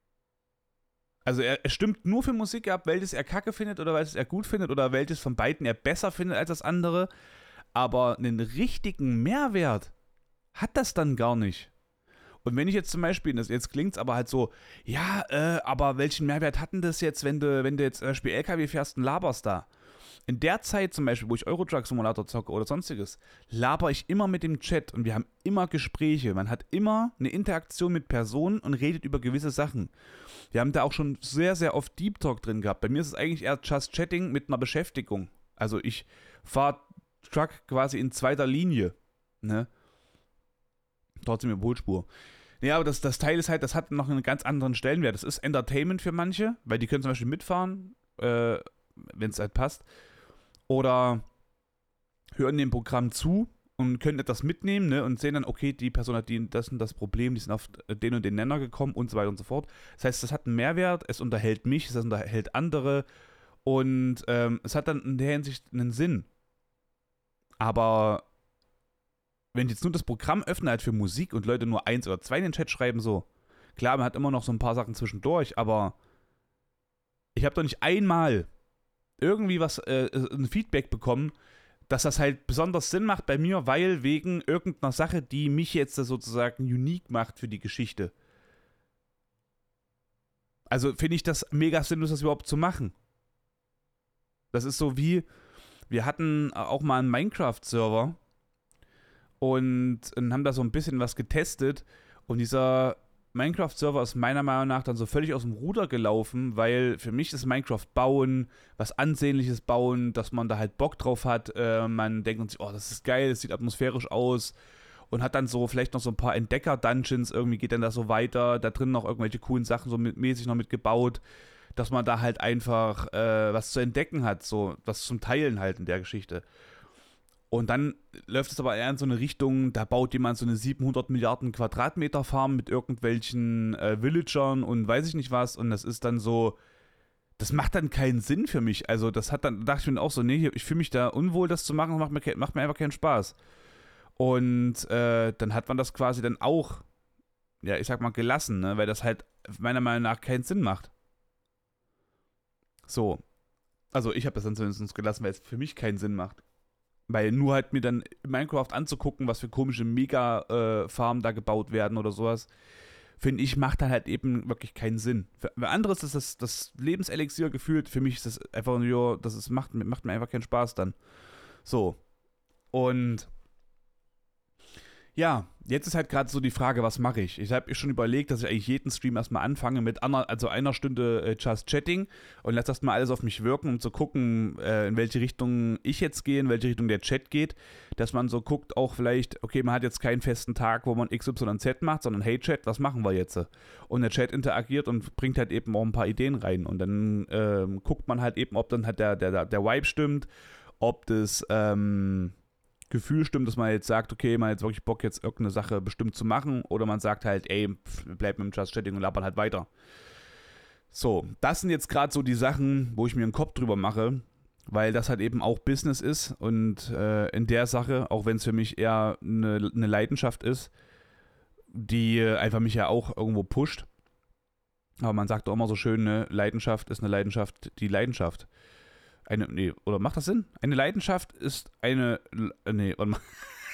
Speaker 1: Also er, er stimmt nur für Musik ab, welches er kacke findet oder welches er gut findet oder welches von beiden er besser findet als das andere, aber einen richtigen Mehrwert hat das dann gar nicht. Und wenn ich jetzt zum Beispiel, das, jetzt klingt es aber halt so, ja, äh, aber welchen Mehrwert hat denn das jetzt, wenn du, wenn du jetzt zum Beispiel L K W fährst und laberst da? In der Zeit zum Beispiel, wo ich Euro Truck Simulator zocke oder sonstiges, laber ich immer mit dem Chat und wir haben immer Gespräche. Man hat immer eine Interaktion mit Personen und redet über gewisse Sachen. Wir haben da auch schon sehr, sehr oft Deep Talk drin gehabt. Bei mir ist es eigentlich eher Just Chatting mit einer Beschäftigung. Also ich fahre Truck quasi in zweiter Linie, ne? Trotzdem Überholspur. Ja, aber das, das Teil ist halt, das hat noch einen ganz anderen Stellenwert. Das ist Entertainment für manche, weil die können zum Beispiel mitfahren, äh, wenn es halt passt. Oder hören dem Programm zu und können etwas mitnehmen, ne, und sehen dann, okay, die Person hat die, das und das Problem, die sind auf den und den Nenner gekommen und so weiter und so fort. Das heißt, das hat einen Mehrwert, es unterhält mich, es unterhält andere und ähm, es hat dann in der Hinsicht einen Sinn. Aber wenn ich jetzt nur das Programm öffne halt für Musik und Leute nur eins oder zwei in den Chat schreiben, so, klar, man hat immer noch so ein paar Sachen zwischendurch, aber ich habe doch nicht einmal irgendwie was, äh, ein Feedback bekommen, dass das halt besonders Sinn macht bei mir, weil wegen irgendeiner Sache, die mich jetzt sozusagen unique macht für die Geschichte. Also finde ich das mega sinnlos, das überhaupt zu machen. Das ist so wie, wir hatten auch mal einen Minecraft-Server und haben da so ein bisschen was getestet und dieser Minecraft-Server ist meiner Meinung nach dann so völlig aus dem Ruder gelaufen, weil für mich ist Minecraft bauen, was Ansehnliches bauen, dass man da halt Bock drauf hat, äh, man denkt sich, oh, das ist geil, das sieht atmosphärisch aus und hat dann so vielleicht noch so ein paar Entdecker-Dungeons, irgendwie geht dann da so weiter, da drin noch irgendwelche coolen Sachen so mit, mäßig noch mitgebaut, dass man da halt einfach äh, was zu entdecken hat, so was zum Teilen halt in der Geschichte. Und dann läuft es aber eher in so eine Richtung, da baut jemand so eine siebenhundert Milliarden Quadratmeter Farm mit irgendwelchen äh, Villagern und weiß ich nicht was. Und das ist dann so, das macht dann keinen Sinn für mich. Also das hat dann, da dachte ich mir auch so, nee, ich fühle mich da unwohl, das zu machen, das macht mir, macht mir einfach keinen Spaß. Und äh, dann hat man das quasi dann auch, ja, ich sag mal, gelassen, ne? Weil das halt meiner Meinung nach keinen Sinn macht. So. Also ich habe das dann zumindest gelassen, weil es für mich keinen Sinn macht. Weil nur halt mir dann Minecraft anzugucken, was für komische Mega-Farmen äh, da gebaut werden oder sowas, finde ich, macht dann halt eben wirklich keinen Sinn. Für, für andere ist das, das Lebenselixier gefühlt, für mich ist das einfach nur, das ist, macht, macht mir einfach keinen Spaß dann. So. Und ja, jetzt ist halt gerade so die Frage, was mache ich? Ich habe schon überlegt, dass ich eigentlich jeden Stream erstmal anfange mit einer, also einer Stunde äh, Just Chatting und lasse das mal alles auf mich wirken, um zu gucken, äh, in welche Richtung ich jetzt gehe, in welche Richtung der Chat geht, dass man so guckt, auch vielleicht, okay, man hat jetzt keinen festen Tag, wo man X Y Z macht, sondern hey Chat, was machen wir jetzt? Und der Chat interagiert und bringt halt eben auch ein paar Ideen rein und dann ähm, guckt man halt eben, ob dann halt der, der, der Vibe stimmt, ob das, ähm, Gefühl stimmt, dass man jetzt sagt, okay, man hat jetzt wirklich Bock, jetzt irgendeine Sache bestimmt zu machen, oder man sagt halt, ey, pff, bleib mit dem Just Chatting und labern halt weiter. So, das sind jetzt gerade so die Sachen, wo ich mir einen Kopf drüber mache, weil das halt eben auch Business ist und äh, in der Sache, auch wenn es für mich eher eine, eine Leidenschaft ist, die einfach mich ja auch irgendwo pusht. Aber man sagt doch immer so schön, ne, Leidenschaft ist eine Leidenschaft, die Leidenschaft. Eine, nee, oder macht das Sinn? Eine Leidenschaft ist eine, nee, warte mal.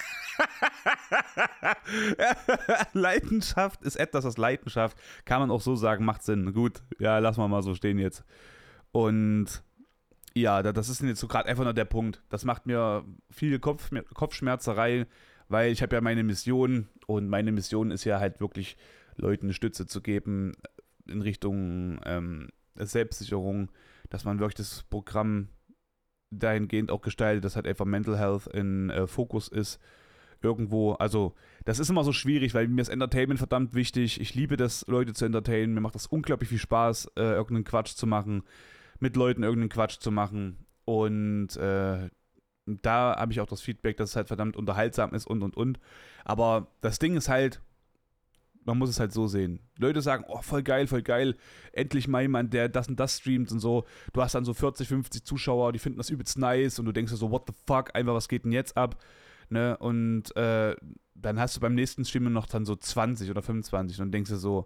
Speaker 1: Leidenschaft ist etwas, was Leidenschaft, kann man auch so sagen, macht Sinn. Gut, ja, lassen wir mal so stehen jetzt. Und ja, das ist jetzt so gerade einfach nur der Punkt. Das macht mir viel Kopf, Kopfschmerzerei, weil ich habe ja meine Mission und meine Mission ist ja halt wirklich Leuten eine Stütze zu geben in Richtung ähm, Selbstsicherung, dass man wirklich das Programm dahingehend auch gestaltet, dass halt einfach Mental Health in äh, Fokus ist. Irgendwo, also das ist immer so schwierig, weil mir ist Entertainment verdammt wichtig. Ich liebe das, Leute zu entertainen. Mir macht das unglaublich viel Spaß, äh, irgendeinen Quatsch zu machen, mit Leuten irgendeinen Quatsch zu machen. Und äh, da habe ich auch das Feedback, dass es halt verdammt unterhaltsam ist und und und. Aber das Ding ist halt, man muss es halt so sehen. Leute sagen, oh, voll geil, voll geil, endlich mal jemand, der das und das streamt und so. Du hast dann so vierzig, fünfzig Zuschauer, die finden das übelst nice und du denkst dir so, what the fuck, einfach, was geht denn jetzt ab? Ne? Und äh, dann hast du beim nächsten Stream noch dann so zwanzig oder fünfundzwanzig und denkst dir so,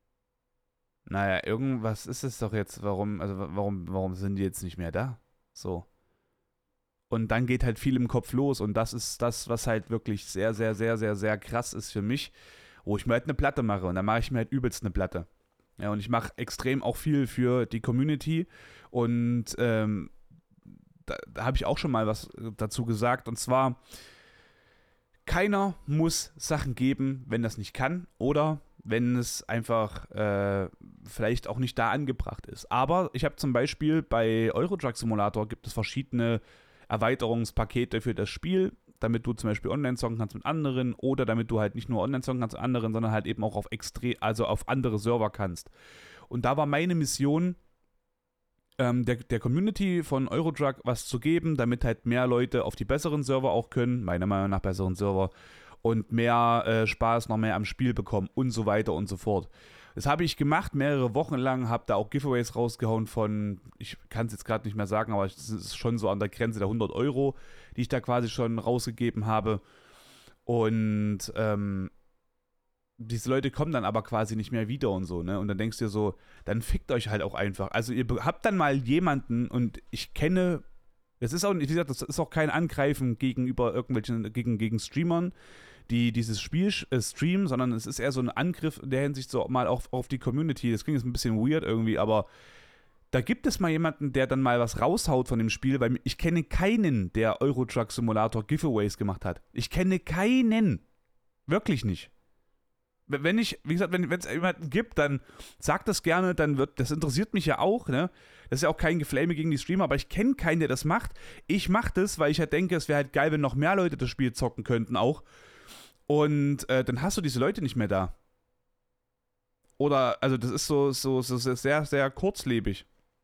Speaker 1: naja, irgendwas ist es doch jetzt, warum, also warum, warum sind die jetzt nicht mehr da? So. Und dann geht halt viel im Kopf los und das ist das, was halt wirklich sehr, sehr, sehr, sehr, sehr krass ist für mich, wo ich mir halt eine Platte mache und dann mache ich mir halt übelst eine Platte. Ja, und ich mache extrem auch viel für die Community und ähm, da, da habe ich auch schon mal was dazu gesagt und zwar, keiner muss Sachen geben, wenn das nicht kann oder wenn es einfach äh, vielleicht auch nicht da angebracht ist. Aber ich habe zum Beispiel bei Euro Truck Simulator gibt es verschiedene Erweiterungspakete für das Spiel, damit du zum Beispiel online zocken kannst mit anderen oder damit du halt nicht nur online zocken kannst mit anderen, sondern halt eben auch auf extre- also auf andere Server kannst. Und da war meine Mission, ähm, der, der Community von Eurotruck was zu geben, damit halt mehr Leute auf die besseren Server auch können, meiner Meinung nach besseren Server, und mehr äh, Spaß noch mehr am Spiel bekommen und so weiter und so fort. Das habe ich gemacht, mehrere Wochen lang, habe da auch Giveaways rausgehauen von, ich kann es jetzt gerade nicht mehr sagen, aber es ist schon so an der Grenze der hundert Euro, die ich da quasi schon rausgegeben habe. Und ähm, diese Leute kommen dann aber quasi nicht mehr wieder und so, ne? Und dann denkst du dir so, dann fickt euch halt auch einfach. Also ihr habt dann mal jemanden und ich kenne, das ist auch, wie gesagt, das ist auch kein Angreifen gegenüber irgendwelchen, gegen, gegen Streamern, die dieses Spiel äh, streamen, sondern es ist eher so ein Angriff in der Hinsicht so mal auf, auf die Community. Das klingt jetzt ein bisschen weird irgendwie, aber da gibt es mal jemanden, der dann mal was raushaut von dem Spiel, weil ich kenne keinen, der Euro Truck Simulator Giveaways gemacht hat. Ich kenne keinen. Wirklich nicht. Wenn ich, wie gesagt, wenn es jemanden gibt, dann sagt das gerne, dann wird, das interessiert mich ja auch, ne? Das ist ja auch kein Geflame gegen die Streamer, aber ich kenne keinen, der das macht. Ich mache das, weil ich halt denke, es wäre halt geil, wenn noch mehr Leute das Spiel zocken könnten auch. Und äh, dann hast du diese Leute nicht mehr da. Oder, also das ist so, so, so sehr, sehr kurzlebig.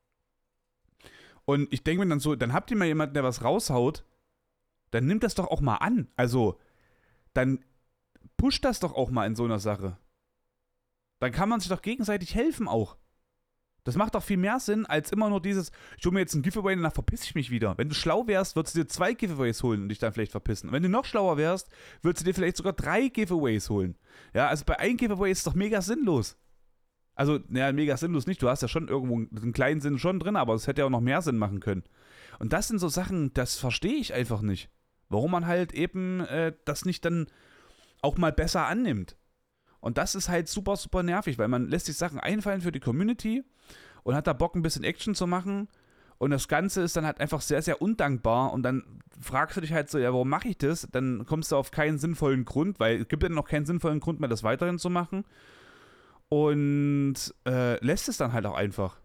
Speaker 1: Und ich denke mir dann so, dann habt ihr mal jemanden, der was raushaut, dann nimmt das doch auch mal an. Also, dann pusht das doch auch mal in so einer Sache. Dann kann man sich doch gegenseitig helfen auch. Das macht doch viel mehr Sinn, als immer nur dieses, ich hole mir jetzt ein Giveaway und danach verpiss ich mich wieder. Wenn du schlau wärst, würdest du dir zwei Giveaways holen und dich dann vielleicht verpissen. Wenn du noch schlauer wärst, würdest du dir vielleicht sogar drei Giveaways holen. Ja, also bei einem Giveaway ist es doch mega sinnlos. Also, naja, mega sinnlos nicht. Du hast ja schon irgendwo einen kleinen Sinn schon drin, aber es hätte ja auch noch mehr Sinn machen können. Und das sind so Sachen, das verstehe ich einfach nicht. Warum man halt eben äh, das nicht dann auch mal besser annimmt. Und das ist halt super, super nervig, weil man lässt sich Sachen einfallen für die Community und hat da Bock, ein bisschen Action zu machen. Und das Ganze ist dann halt einfach sehr, sehr undankbar. Und dann fragst du dich halt so, ja, warum mache ich das? Dann kommst du auf keinen sinnvollen Grund, weil es gibt ja noch keinen sinnvollen Grund mehr, das weiterhin zu machen. Und äh, lässt es dann halt auch einfach.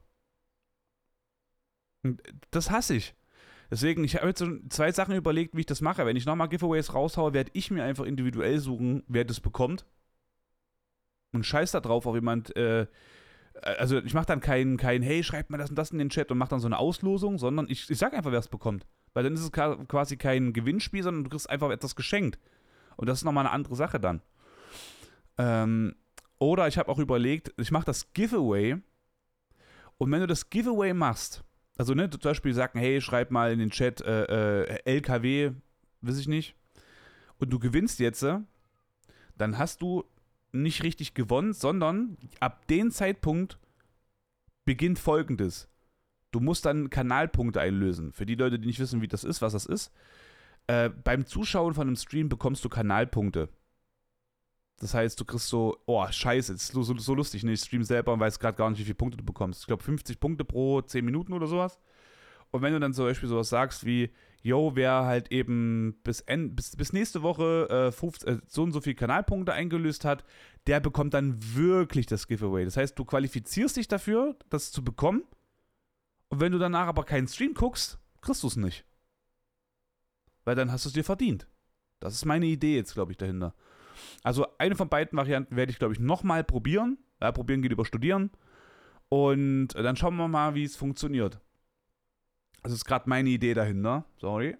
Speaker 1: Und das hasse ich. Deswegen, ich habe jetzt so zwei Sachen überlegt, wie ich das mache. Wenn ich nochmal Giveaways raushaue, werde ich mir einfach individuell suchen, wer das bekommt. Und scheiß da drauf, ob jemand, äh, also ich mache dann kein, kein, hey, schreibt mal das und das in den Chat und mache dann so eine Auslosung, sondern ich, ich sag einfach, wer es bekommt. Weil dann ist es quasi kein Gewinnspiel, sondern du kriegst einfach etwas geschenkt. Und das ist nochmal eine andere Sache dann. Ähm, oder ich habe auch überlegt, ich mache das Giveaway Und wenn du das Giveaway machst, also ne, zum Beispiel sagen, hey, schreib mal in den Chat äh, äh, L K W, weiß ich nicht, und du gewinnst jetzt, dann hast du nicht richtig gewonnen, sondern ab dem Zeitpunkt beginnt Folgendes. Du musst dann Kanalpunkte einlösen. Für die Leute, die nicht wissen, wie das ist, was das ist. Äh, beim Zuschauen von einem Stream bekommst du Kanalpunkte. Das heißt, du kriegst so, oh, scheiße, das ist so, so, so lustig. Ne? Ich stream selber und weiß gerade gar nicht, wie viele Punkte du bekommst. Ich glaube, fünfzig Punkte pro zehn Minuten oder sowas. Und wenn du dann zum Beispiel sowas sagst wie, yo, wer halt eben bis, end, bis, bis nächste Woche äh, fünfzig, äh, so und so viele Kanalpunkte eingelöst hat, der bekommt dann wirklich das Giveaway. Das heißt, du qualifizierst dich dafür, das zu bekommen. Und wenn du danach aber keinen Stream guckst, kriegst du es nicht. Weil dann hast du es dir verdient. Das ist meine Idee jetzt, glaube ich, dahinter. Also eine von beiden Varianten werde ich, glaube ich, nochmal probieren. Ja, probieren geht über studieren. Und dann schauen wir mal, wie es funktioniert. Das ist gerade meine Idee dahinter. Sorry.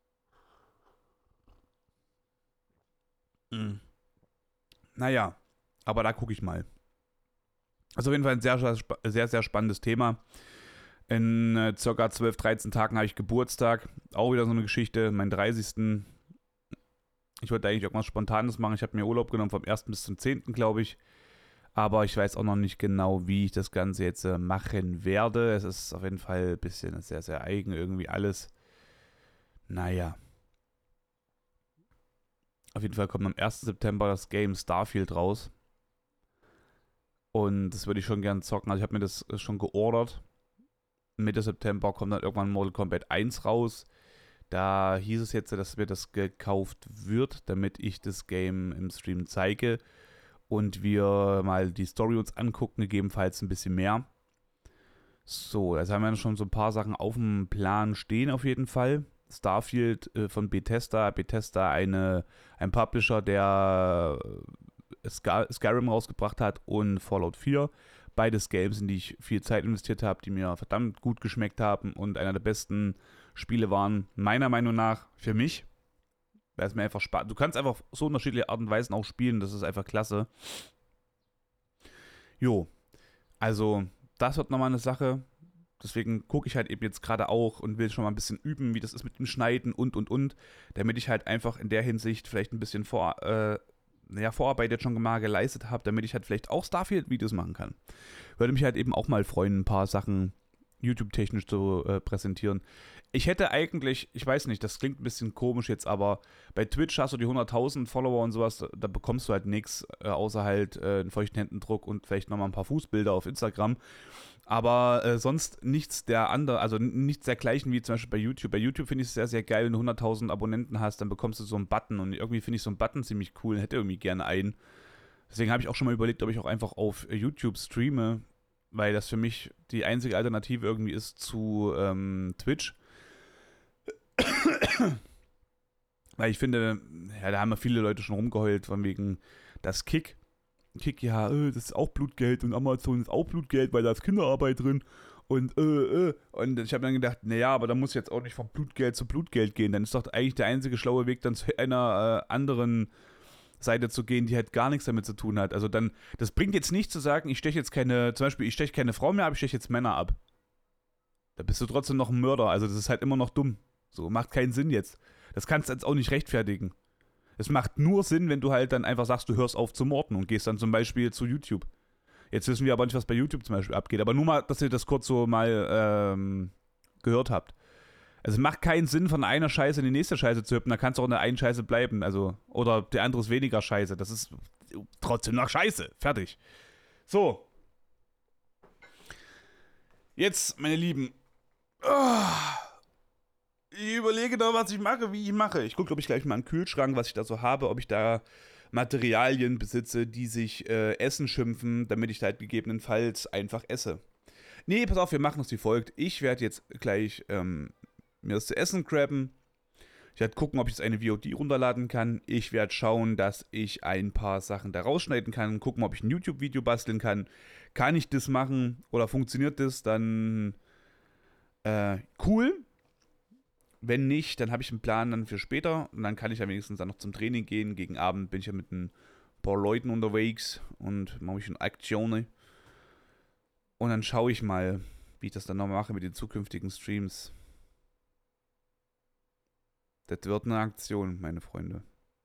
Speaker 1: Mhm. Naja, aber da gucke ich mal. Also auf jeden Fall ein sehr, sehr, sehr, sehr spannendes Thema. In äh, circa zwölf, dreizehn Tagen habe ich Geburtstag. Auch wieder so eine Geschichte. Mein dreißigsten Ich wollte eigentlich irgendwas Spontanes machen. Ich habe mir Urlaub genommen vom ersten bis zum zehnten, glaube ich. Aber ich weiß auch noch nicht genau, wie ich das Ganze jetzt äh, machen werde. Es ist auf jeden Fall ein bisschen sehr, sehr eigen irgendwie alles. Naja. Auf jeden Fall kommt am ersten September das Game Starfield raus. Und das würde ich schon gerne zocken. Also ich habe mir das schon geordert. Mitte September kommt dann irgendwann Mortal Kombat eins raus. Da hieß es jetzt, dass mir das gekauft wird, damit ich das Game im Stream zeige und wir mal die Story uns angucken, gegebenenfalls ein bisschen mehr. So, jetzt haben wir schon so ein paar Sachen auf dem Plan stehen auf jeden Fall. Starfield äh, von Bethesda. Bethesda, eine, ein Publisher, der äh, Skyrim rausgebracht hat und Fallout vier. Beides Games, in die ich viel Zeit investiert habe, die mir verdammt gut geschmeckt haben und einer der besten Spiele waren, meiner Meinung nach, für mich. Weil es mir einfach Spaß. Du kannst einfach so unterschiedliche Arten und Weisen auch spielen, das ist einfach klasse. Jo, also das wird nochmal eine Sache. Deswegen gucke ich halt eben jetzt gerade auch und will schon mal ein bisschen üben, wie das ist mit dem Schneiden und und und, damit ich halt einfach in der Hinsicht vielleicht ein bisschen vor, äh, ja, Vorarbeit jetzt schon mal geleistet habe, damit ich halt vielleicht auch Starfield-Videos machen kann. Würde mich halt eben auch mal freuen, ein paar Sachen YouTube-technisch zu äh, präsentieren. Ich hätte eigentlich, ich weiß nicht, das klingt ein bisschen komisch jetzt, aber bei Twitch hast du die hunderttausend Follower und sowas, da, da bekommst du halt nichts, äh, außer halt äh, einen feuchten Händedruck und vielleicht nochmal ein paar Fußbilder auf Instagram. Aber äh, sonst nichts der andere, also nichts dergleichen wie zum Beispiel bei YouTube. Bei YouTube finde ich es sehr, sehr geil, wenn du hunderttausend Abonnenten hast, dann bekommst du so einen Button und irgendwie finde ich so einen Button ziemlich cool und hätte irgendwie gerne einen. Deswegen habe ich auch schon mal überlegt, ob ich auch einfach auf YouTube streame, weil das für mich die einzige Alternative irgendwie ist zu ähm, Twitch. Weil ich finde, ja, da haben ja viele Leute schon rumgeheult, von wegen das Kick. Kick, ja, äh, das ist auch Blutgeld und Amazon ist auch Blutgeld, weil da ist Kinderarbeit drin. Und, äh, äh. Und ich habe dann gedacht, naja, aber da muss jetzt auch nicht von Blutgeld zu Blutgeld gehen. Dann ist doch eigentlich der einzige schlaue Weg, dann zu einer äh, anderen Seite zu gehen, die halt gar nichts damit zu tun hat. Also dann, das bringt jetzt nicht zu sagen, ich steche jetzt keine, zum Beispiel, ich steche keine Frau mehr ab, ich steche jetzt Männer ab. Da bist du trotzdem noch ein Mörder. Also das ist halt immer noch dumm. So, macht keinen Sinn jetzt. Das kannst du jetzt auch nicht rechtfertigen. Es macht nur Sinn, wenn du halt dann einfach sagst, du hörst auf zu morden und gehst dann zum Beispiel zu YouTube. Jetzt wissen wir aber nicht, was bei YouTube zum Beispiel abgeht. Aber nur mal, dass ihr das kurz so mal ähm, gehört habt. Also es macht keinen Sinn, von einer Scheiße in die nächste Scheiße zu hüpfen. Da kannst du auch in der einen Scheiße bleiben. Also, oder der andere ist weniger Scheiße. Das ist trotzdem noch Scheiße. Fertig. So. Jetzt, meine Lieben. Oh. Ich überlege da, was ich mache, wie ich mache. Ich gucke, ob ich gleich mal einen Kühlschrank, was ich da so habe, ob ich da Materialien besitze, die sich äh, Essen schimpfen, damit ich da halt gegebenenfalls einfach esse. Nee, pass auf, wir machen es wie folgt. Ich werde jetzt gleich ähm, mir das zu essen grabben. Ich werde gucken, ob ich jetzt eine V O D runterladen kann. Ich werde schauen, dass ich ein paar Sachen da rausschneiden kann. Gucken, ob ich ein YouTube-Video basteln kann. Kann ich das machen oder funktioniert das? Dann äh, cool. Wenn nicht, dann habe ich einen Plan dann für später und dann kann ich ja wenigstens dann noch zum Training gehen. Gegen Abend bin ich ja mit ein paar Leuten unterwegs und mache ich eine Aktion. Und dann schaue ich mal, wie ich das dann noch mache mit den zukünftigen Streams. Das wird eine Aktion, meine Freunde.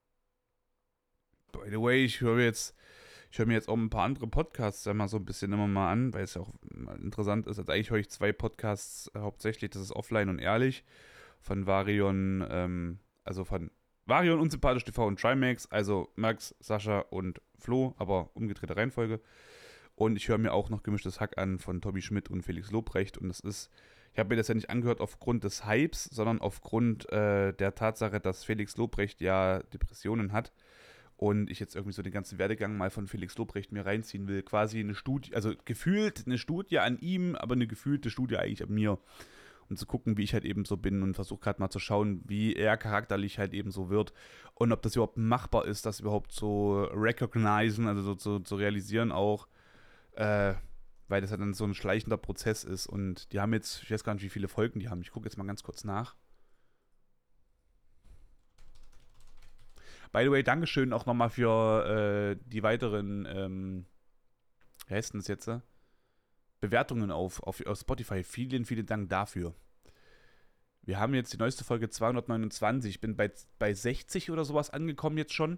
Speaker 1: By the way, ich höre jetzt, ich höre mir jetzt auch ein paar andere Podcasts da mal so ein bisschen immer mal an, weil es ja auch interessant ist. Also eigentlich höre ich zwei Podcasts äh, hauptsächlich, das ist Offline und Ehrlich von Varion, ähm, also von Varion, Unsympathisch T V und Trimax, also Max, Sascha und Flo, aber umgedrehte Reihenfolge. Und ich höre mir auch noch Gemischtes Hack an von Tobi Schmidt und Felix Lobrecht und das ist, ich habe mir das ja nicht angehört aufgrund des Hypes, sondern aufgrund äh, der Tatsache, dass Felix Lobrecht ja Depressionen hat und ich jetzt irgendwie so den ganzen Werdegang mal von Felix Lobrecht mir reinziehen will. Quasi eine Studie, also gefühlt eine Studie an ihm, aber eine gefühlte Studie eigentlich an mir. Und zu gucken, wie ich halt eben so bin und versuche gerade mal zu schauen, wie er charakterlich halt eben so wird und ob das überhaupt machbar ist, das überhaupt zu recognizen, also so zu, zu realisieren auch, äh, weil das halt dann so ein schleichender Prozess ist und die haben jetzt, ich weiß gar nicht, wie viele Folgen die haben, ich gucke jetzt mal ganz kurz nach. By the way, Dankeschön auch nochmal für äh, die weiteren, ähm, wie heißt denn das jetzt, äh? Bewertungen auf, auf, auf Spotify. Vielen, vielen Dank dafür. Wir haben jetzt die neueste Folge zweihundertneunundzwanzig. Ich bin bei, bei sechzig oder sowas angekommen jetzt schon.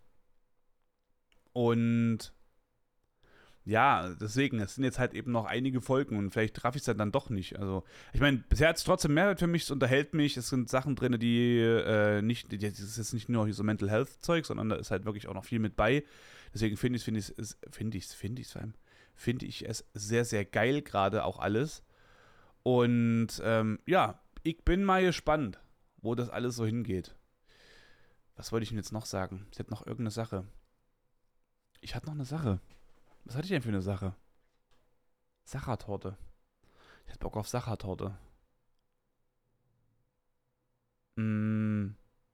Speaker 1: Und ja, deswegen, es sind jetzt halt eben noch einige Folgen und vielleicht traf ich es dann doch nicht. Also, ich meine, bisher hat es trotzdem Mehrwert für mich, es unterhält mich, es sind Sachen drin, die äh, nicht, die, das ist jetzt nicht nur so Mental Health Zeug, sondern da ist halt wirklich auch noch viel mit bei. Deswegen finde ich es, finde ich es, finde ich es, finde ich es vor allem, finde ich es sehr, sehr geil gerade auch alles. Und ähm, ja, ich bin mal gespannt, wo das alles so hingeht. Was wollte ich denn jetzt noch sagen? Ich hätte noch irgendeine Sache. Ich hatte noch eine Sache. Was hatte ich denn für eine Sache? Sachertorte. Ich hätte Bock auf Sachertorte. Mm.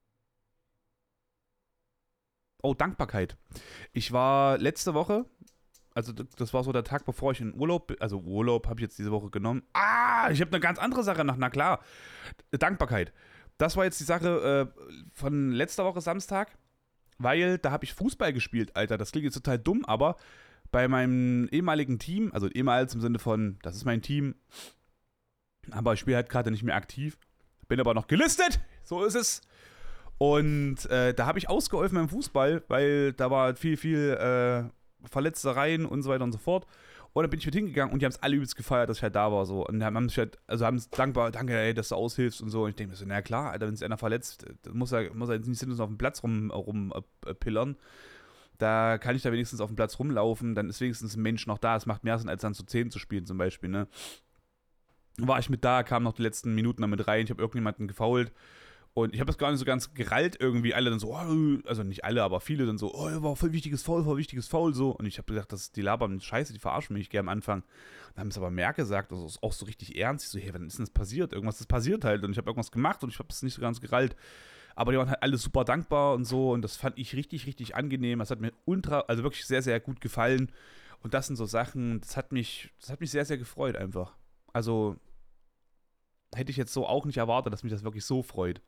Speaker 1: Oh, Dankbarkeit. Ich war letzte Woche, also das war so der Tag, bevor ich in Urlaub bin. Also Urlaub habe ich jetzt diese Woche genommen. Ah, ich habe eine ganz andere Sache nach. Na klar. Dankbarkeit. Das war jetzt die Sache äh, von letzter Woche Samstag, weil da habe ich Fußball gespielt, Alter. Das klingt jetzt total dumm, aber bei meinem ehemaligen Team, also ehemals im Sinne von, das ist mein Team, aber ich spiele halt gerade nicht mehr aktiv, bin aber noch gelistet, so ist es. Und äh, da habe ich ausgeholfen beim Fußball, weil da war viel, viel äh, Verletzereien und so weiter und so fort. Und dann bin ich mit hingegangen und die haben es alle übelst gefeiert, dass ich halt da war. So. Und haben mich halt, also haben es dankbar, danke, ey, dass du aushilfst und so. Und ich denke mir so, na klar, Alter, wenn sich einer verletzt, muss er, muss er jetzt nicht sinnlos auf dem Platz rumpillern. Rum, äh, pillern. Da kann ich da wenigstens auf dem Platz rumlaufen, dann ist wenigstens ein Mensch noch da. Es macht mehr Sinn, als dann zu zehn zu spielen zum Beispiel, ne? War ich mit da, kam noch die letzten Minuten damit rein, ich habe irgendjemanden gefoult und ich habe das gar nicht so ganz gerallt irgendwie. Alle dann so, oh, also nicht alle, aber viele dann so, oh, war voll wichtiges Foul, voll wichtiges Foul, so. Und ich habe gedacht, das, die labern Scheiße, die verarschen mich gerne am Anfang. Dann haben es aber mehr gesagt, also ist auch so richtig ernst. Ich so, hey, wann ist denn das passiert? Irgendwas ist passiert halt und ich habe irgendwas gemacht und ich habe es nicht so ganz gerallt. Aber die waren halt alle super dankbar und so und das fand ich richtig, richtig angenehm. Das hat mir ultra, also wirklich sehr, sehr gut gefallen. Und das sind so Sachen, das hat mich, das hat mich sehr, sehr gefreut einfach. Also hätte ich jetzt so auch nicht erwartet, dass mich das wirklich so freut.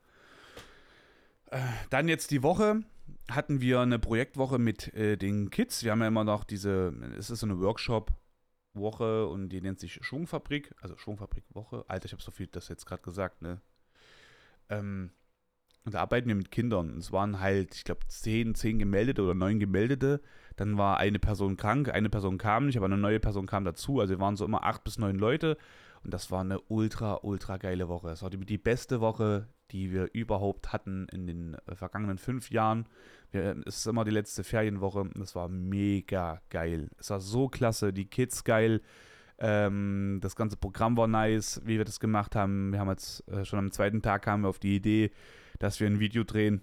Speaker 1: Äh, dann jetzt die Woche hatten wir eine Projektwoche mit äh, den Kids. Wir haben ja immer noch diese, es ist so eine Workshop-Woche und die nennt sich Schwungfabrik. Also Schwungfabrik-Woche. Alter, ich habe so viel das jetzt gerade gesagt, ne? Ähm, Und da arbeiten wir mit Kindern. Es waren halt, ich glaube, zehn, zehn Gemeldete oder neun Gemeldete. Dann war eine Person krank, eine Person kam nicht, aber eine neue Person kam dazu. Also wir waren so immer acht bis neun Leute. Und das war eine ultra, ultra geile Woche. Es war die, die beste Woche, die wir überhaupt hatten in den äh, vergangenen fünf Jahren. Wir, es ist immer die letzte Ferienwoche. Und das war mega geil. Es war so klasse, die Kids geil. Ähm, das ganze Programm war nice, wie wir das gemacht haben. Wir haben jetzt äh, schon am zweiten Tag kamen wir auf die Idee, dass wir ein Video drehen,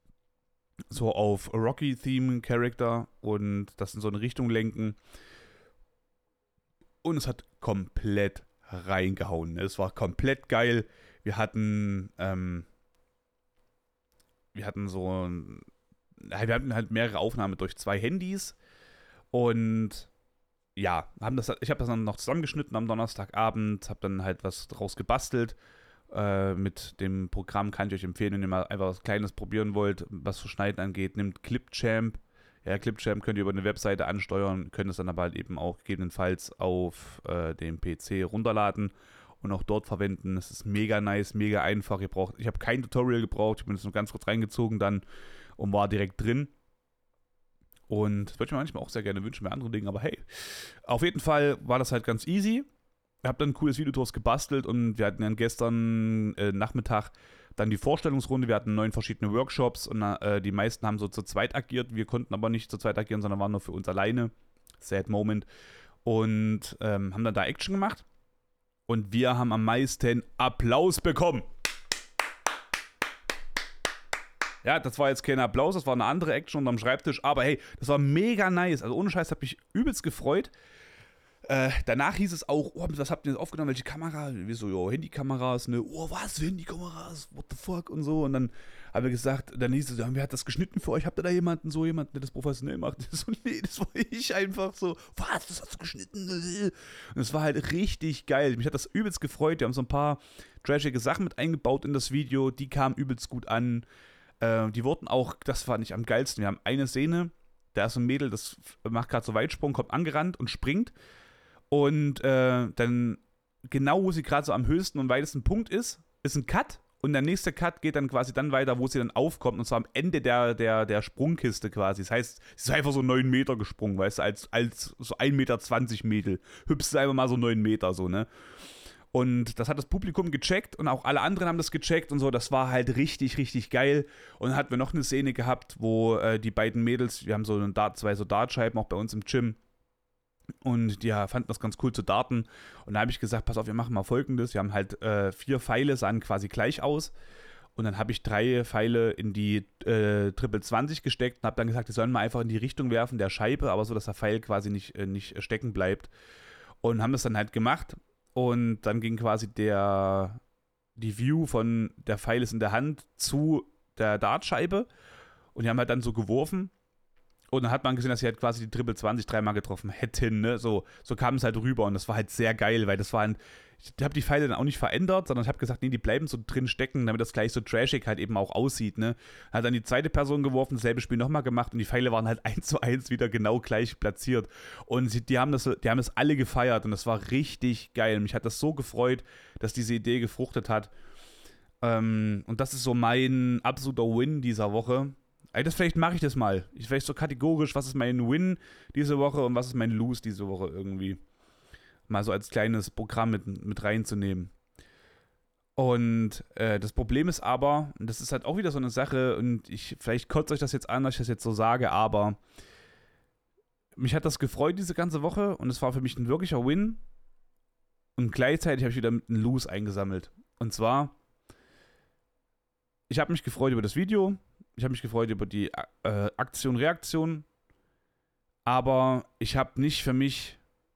Speaker 1: so auf Rocky-Theme-Charakter und das in so eine Richtung lenken. Und es hat komplett reingehauen. Es war komplett geil. Wir hatten, ähm, wir hatten so, wir hatten halt mehrere Aufnahmen durch zwei Handys und ja, haben das, ich habe das dann noch zusammengeschnitten am Donnerstagabend, habe dann halt was draus gebastelt. Äh, mit dem Programm kann ich euch empfehlen, wenn ihr mal einfach was Kleines probieren wollt, was zu Schneiden angeht. Nehmt Clipchamp, Ja, Clipchamp könnt ihr über eine Webseite ansteuern, könnt es dann aber halt eben auch gegebenenfalls auf äh, dem P C runterladen und auch dort verwenden. Es ist mega nice, mega einfach. Ihr braucht, ich habe kein Tutorial gebraucht, ich bin jetzt nur ganz kurz reingezogen dann und war direkt drin. Und das würde ich mir manchmal auch sehr gerne wünschen bei anderen Dingen, aber hey, auf jeden Fall war das halt ganz easy. Ich habe dann ein cooles Video draus gebastelt und wir hatten dann gestern äh, Nachmittag dann die Vorstellungsrunde. Wir hatten neun verschiedene Workshops und äh, die meisten haben so zu zweit agiert. Wir konnten aber nicht zu zweit agieren, sondern waren nur für uns alleine. Sad Moment. Und ähm, haben dann da Action gemacht. Und wir haben am meisten Applaus bekommen. Ja, das war jetzt kein Applaus, das war eine andere Action unterm Schreibtisch. Aber hey, das war mega nice. Also ohne Scheiß, hat mich übelst gefreut. Äh, danach hieß es auch, oh, was habt ihr jetzt aufgenommen, welche Kamera? Wir so, jo, Handykameras, ne? Oh, was, Handykameras? What the fuck? Und so. Und dann haben wir gesagt, dann hieß es, wer hat das geschnitten für euch? Habt ihr da jemanden, so jemanden, der das professionell macht? So, nee, das war ich einfach so, was, das hast du geschnitten? Und es war halt richtig geil. Mich hat das übelst gefreut. Wir haben so ein paar trashige Sachen mit eingebaut in das Video. Die kamen übelst gut an. Äh, die wurden auch, das fand ich am geilsten. Wir haben eine Szene, da ist so ein Mädel, das macht gerade so Weitsprung, kommt angerannt und springt. Und äh, dann, genau wo sie gerade so am höchsten und weitesten Punkt ist, ist ein Cut. Und der nächste Cut geht dann quasi dann weiter, wo sie dann aufkommt. Und zwar am Ende der, der, der Sprungkiste quasi. Das heißt, sie ist einfach so neun Meter gesprungen, weißt du, als, als so ein Meter zwanzig Mädel. Hübsch einfach mal so neun Meter, so, ne? Und das hat das Publikum gecheckt und auch alle anderen haben das gecheckt und so. Das war halt richtig, richtig geil. Und dann hatten wir noch eine Szene gehabt, wo äh, die beiden Mädels, wir haben so einen Dart, zwei so Dartscheiben auch bei uns im Gym. Und die ja, fanden das ganz cool zu darten. Und da habe ich gesagt, pass auf, wir machen mal Folgendes. Wir haben halt äh, vier Pfeile, sahen quasi gleich aus. Und dann habe ich drei Pfeile in die äh, Triple zwanzig gesteckt und habe dann gesagt, die sollen mal einfach in die Richtung werfen der Scheibe, aber so, dass der Pfeil quasi nicht, äh, nicht stecken bleibt. Und haben das dann halt gemacht. Und dann ging quasi der, die View von der Pfeil ist in der Hand zu der Dartscheibe. Und die haben halt dann so geworfen. Und dann hat man gesehen, dass sie halt quasi die Triple zwanzig dreimal getroffen hätten, ne? So, so kam es halt rüber und das war halt sehr geil, weil das war ein, ich habe die Pfeile dann auch nicht verändert, sondern ich habe gesagt, nee, die bleiben so drin stecken, damit das gleich so trashig halt eben auch aussieht, ne? Hat dann die zweite Person geworfen, dasselbe Spiel nochmal gemacht und die Pfeile waren halt eins zu eins wieder genau gleich platziert. Und sie, die haben das, die haben das alle gefeiert und das war richtig geil. Mich hat das so gefreut, dass diese Idee gefruchtet hat. Ähm, und das ist so mein absoluter Win dieser Woche. Das vielleicht mache ich das mal. Ich vielleicht so kategorisch, was ist mein Win diese Woche und was ist mein Lose diese Woche irgendwie. Mal so als kleines Programm mit, mit reinzunehmen. Und äh, das Problem ist aber, und das ist halt auch wieder so eine Sache, und ich, vielleicht kotzt euch das jetzt an, dass ich das jetzt so sage, aber mich hat das gefreut diese ganze Woche und es war für mich ein wirklicher Win. Und gleichzeitig habe ich wieder einen Lose eingesammelt. Und zwar, ich habe mich gefreut über das Video. Ich habe mich gefreut über die äh, Aktion-Reaktion, aber ich habe nicht für mich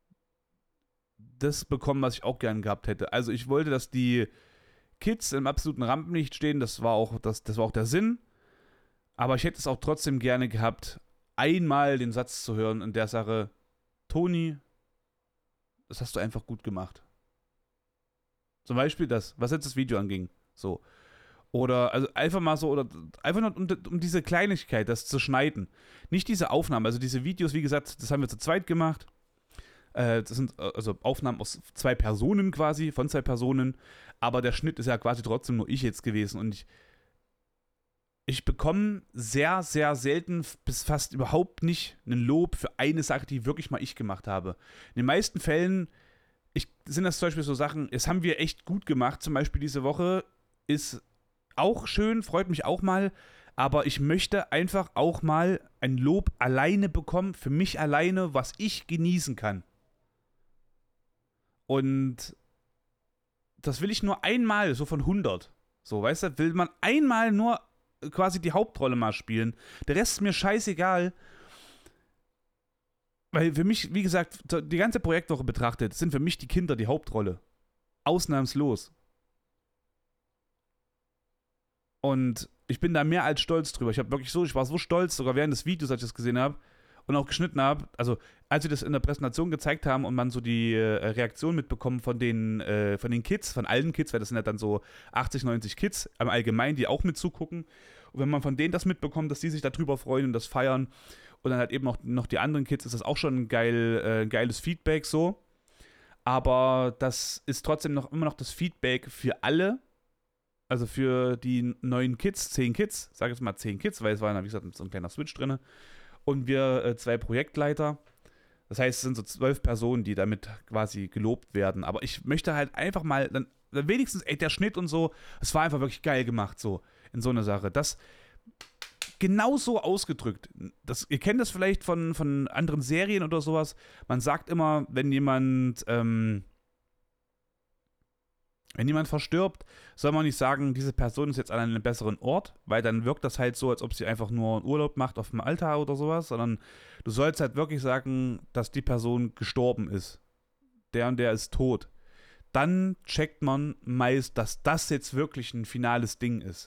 Speaker 1: das bekommen, was ich auch gern gehabt hätte. Also ich wollte, dass die Kids im absoluten Rampenlicht stehen, das war auch, das, das war auch der Sinn, aber ich hätte es auch trotzdem gerne gehabt, einmal den Satz zu hören in der Sache, Toni, das hast du einfach gut gemacht. Zum Beispiel das, was jetzt das Video anging, so. Oder also einfach mal so, oder einfach nur um, um diese Kleinigkeit, das zu schneiden. Nicht diese Aufnahmen, also diese Videos, wie gesagt, das haben wir zu zweit gemacht. Äh, das sind also Aufnahmen aus zwei Personen quasi, von zwei Personen. Aber der Schnitt ist ja quasi trotzdem nur ich jetzt gewesen. Und ich, ich bekomme sehr, sehr selten bis fast überhaupt nicht einen Lob für eine Sache, die wirklich mal ich gemacht habe. In den meisten Fällen ich, sind das zum Beispiel so Sachen, das haben wir echt gut gemacht. Zum Beispiel diese Woche ist auch schön, freut mich auch mal, aber ich möchte einfach auch mal ein Lob alleine bekommen, für mich alleine, was ich genießen kann. Und das will ich nur einmal, so von hundert. So, weißt du, will man einmal nur quasi die Hauptrolle mal spielen. Der Rest ist mir scheißegal. Weil für mich, wie gesagt, die ganze Projektwoche betrachtet, sind für mich die Kinder die Hauptrolle. Ausnahmslos. Und ich bin da mehr als stolz drüber. Ich habe wirklich so, ich war so stolz, sogar während des Videos, als ich das gesehen habe und auch geschnitten habe. Also, als wir das in der Präsentation gezeigt haben und man so die äh, Reaktion mitbekommen von den, äh, von den Kids, von allen Kids, weil das sind ja dann so achtzig, neunzig Kids im Allgemeinen, die auch mit zugucken. Und wenn man von denen das mitbekommt, dass die sich darüber freuen und das feiern und dann halt eben noch, noch die anderen Kids, ist das auch schon ein geil, äh, geiles Feedback so. Aber das ist trotzdem noch immer noch das Feedback für alle, also für die neuen Kids, zehn Kids, sag jetzt mal zehn Kids, weil es war ja, wie gesagt, so ein kleiner Switch drin. Und wir äh, zwei Projektleiter. Das heißt, es sind so zwölf Personen, die damit quasi gelobt werden. Aber ich möchte halt einfach mal, dann, dann wenigstens, ey, der Schnitt und so, es war einfach wirklich geil gemacht, so, in so eine Sache. Das genau so ausgedrückt. Das, ihr kennt das vielleicht von, von anderen Serien oder sowas. Man sagt immer, wenn jemand, ähm, wenn jemand verstirbt, soll man nicht sagen, diese Person ist jetzt an einem besseren Ort, weil dann wirkt das halt so, als ob sie einfach nur einen Urlaub macht auf dem Altar oder sowas, sondern du sollst halt wirklich sagen, dass die Person gestorben ist. Der und der ist tot. Dann checkt man meist, dass das jetzt wirklich ein finales Ding ist.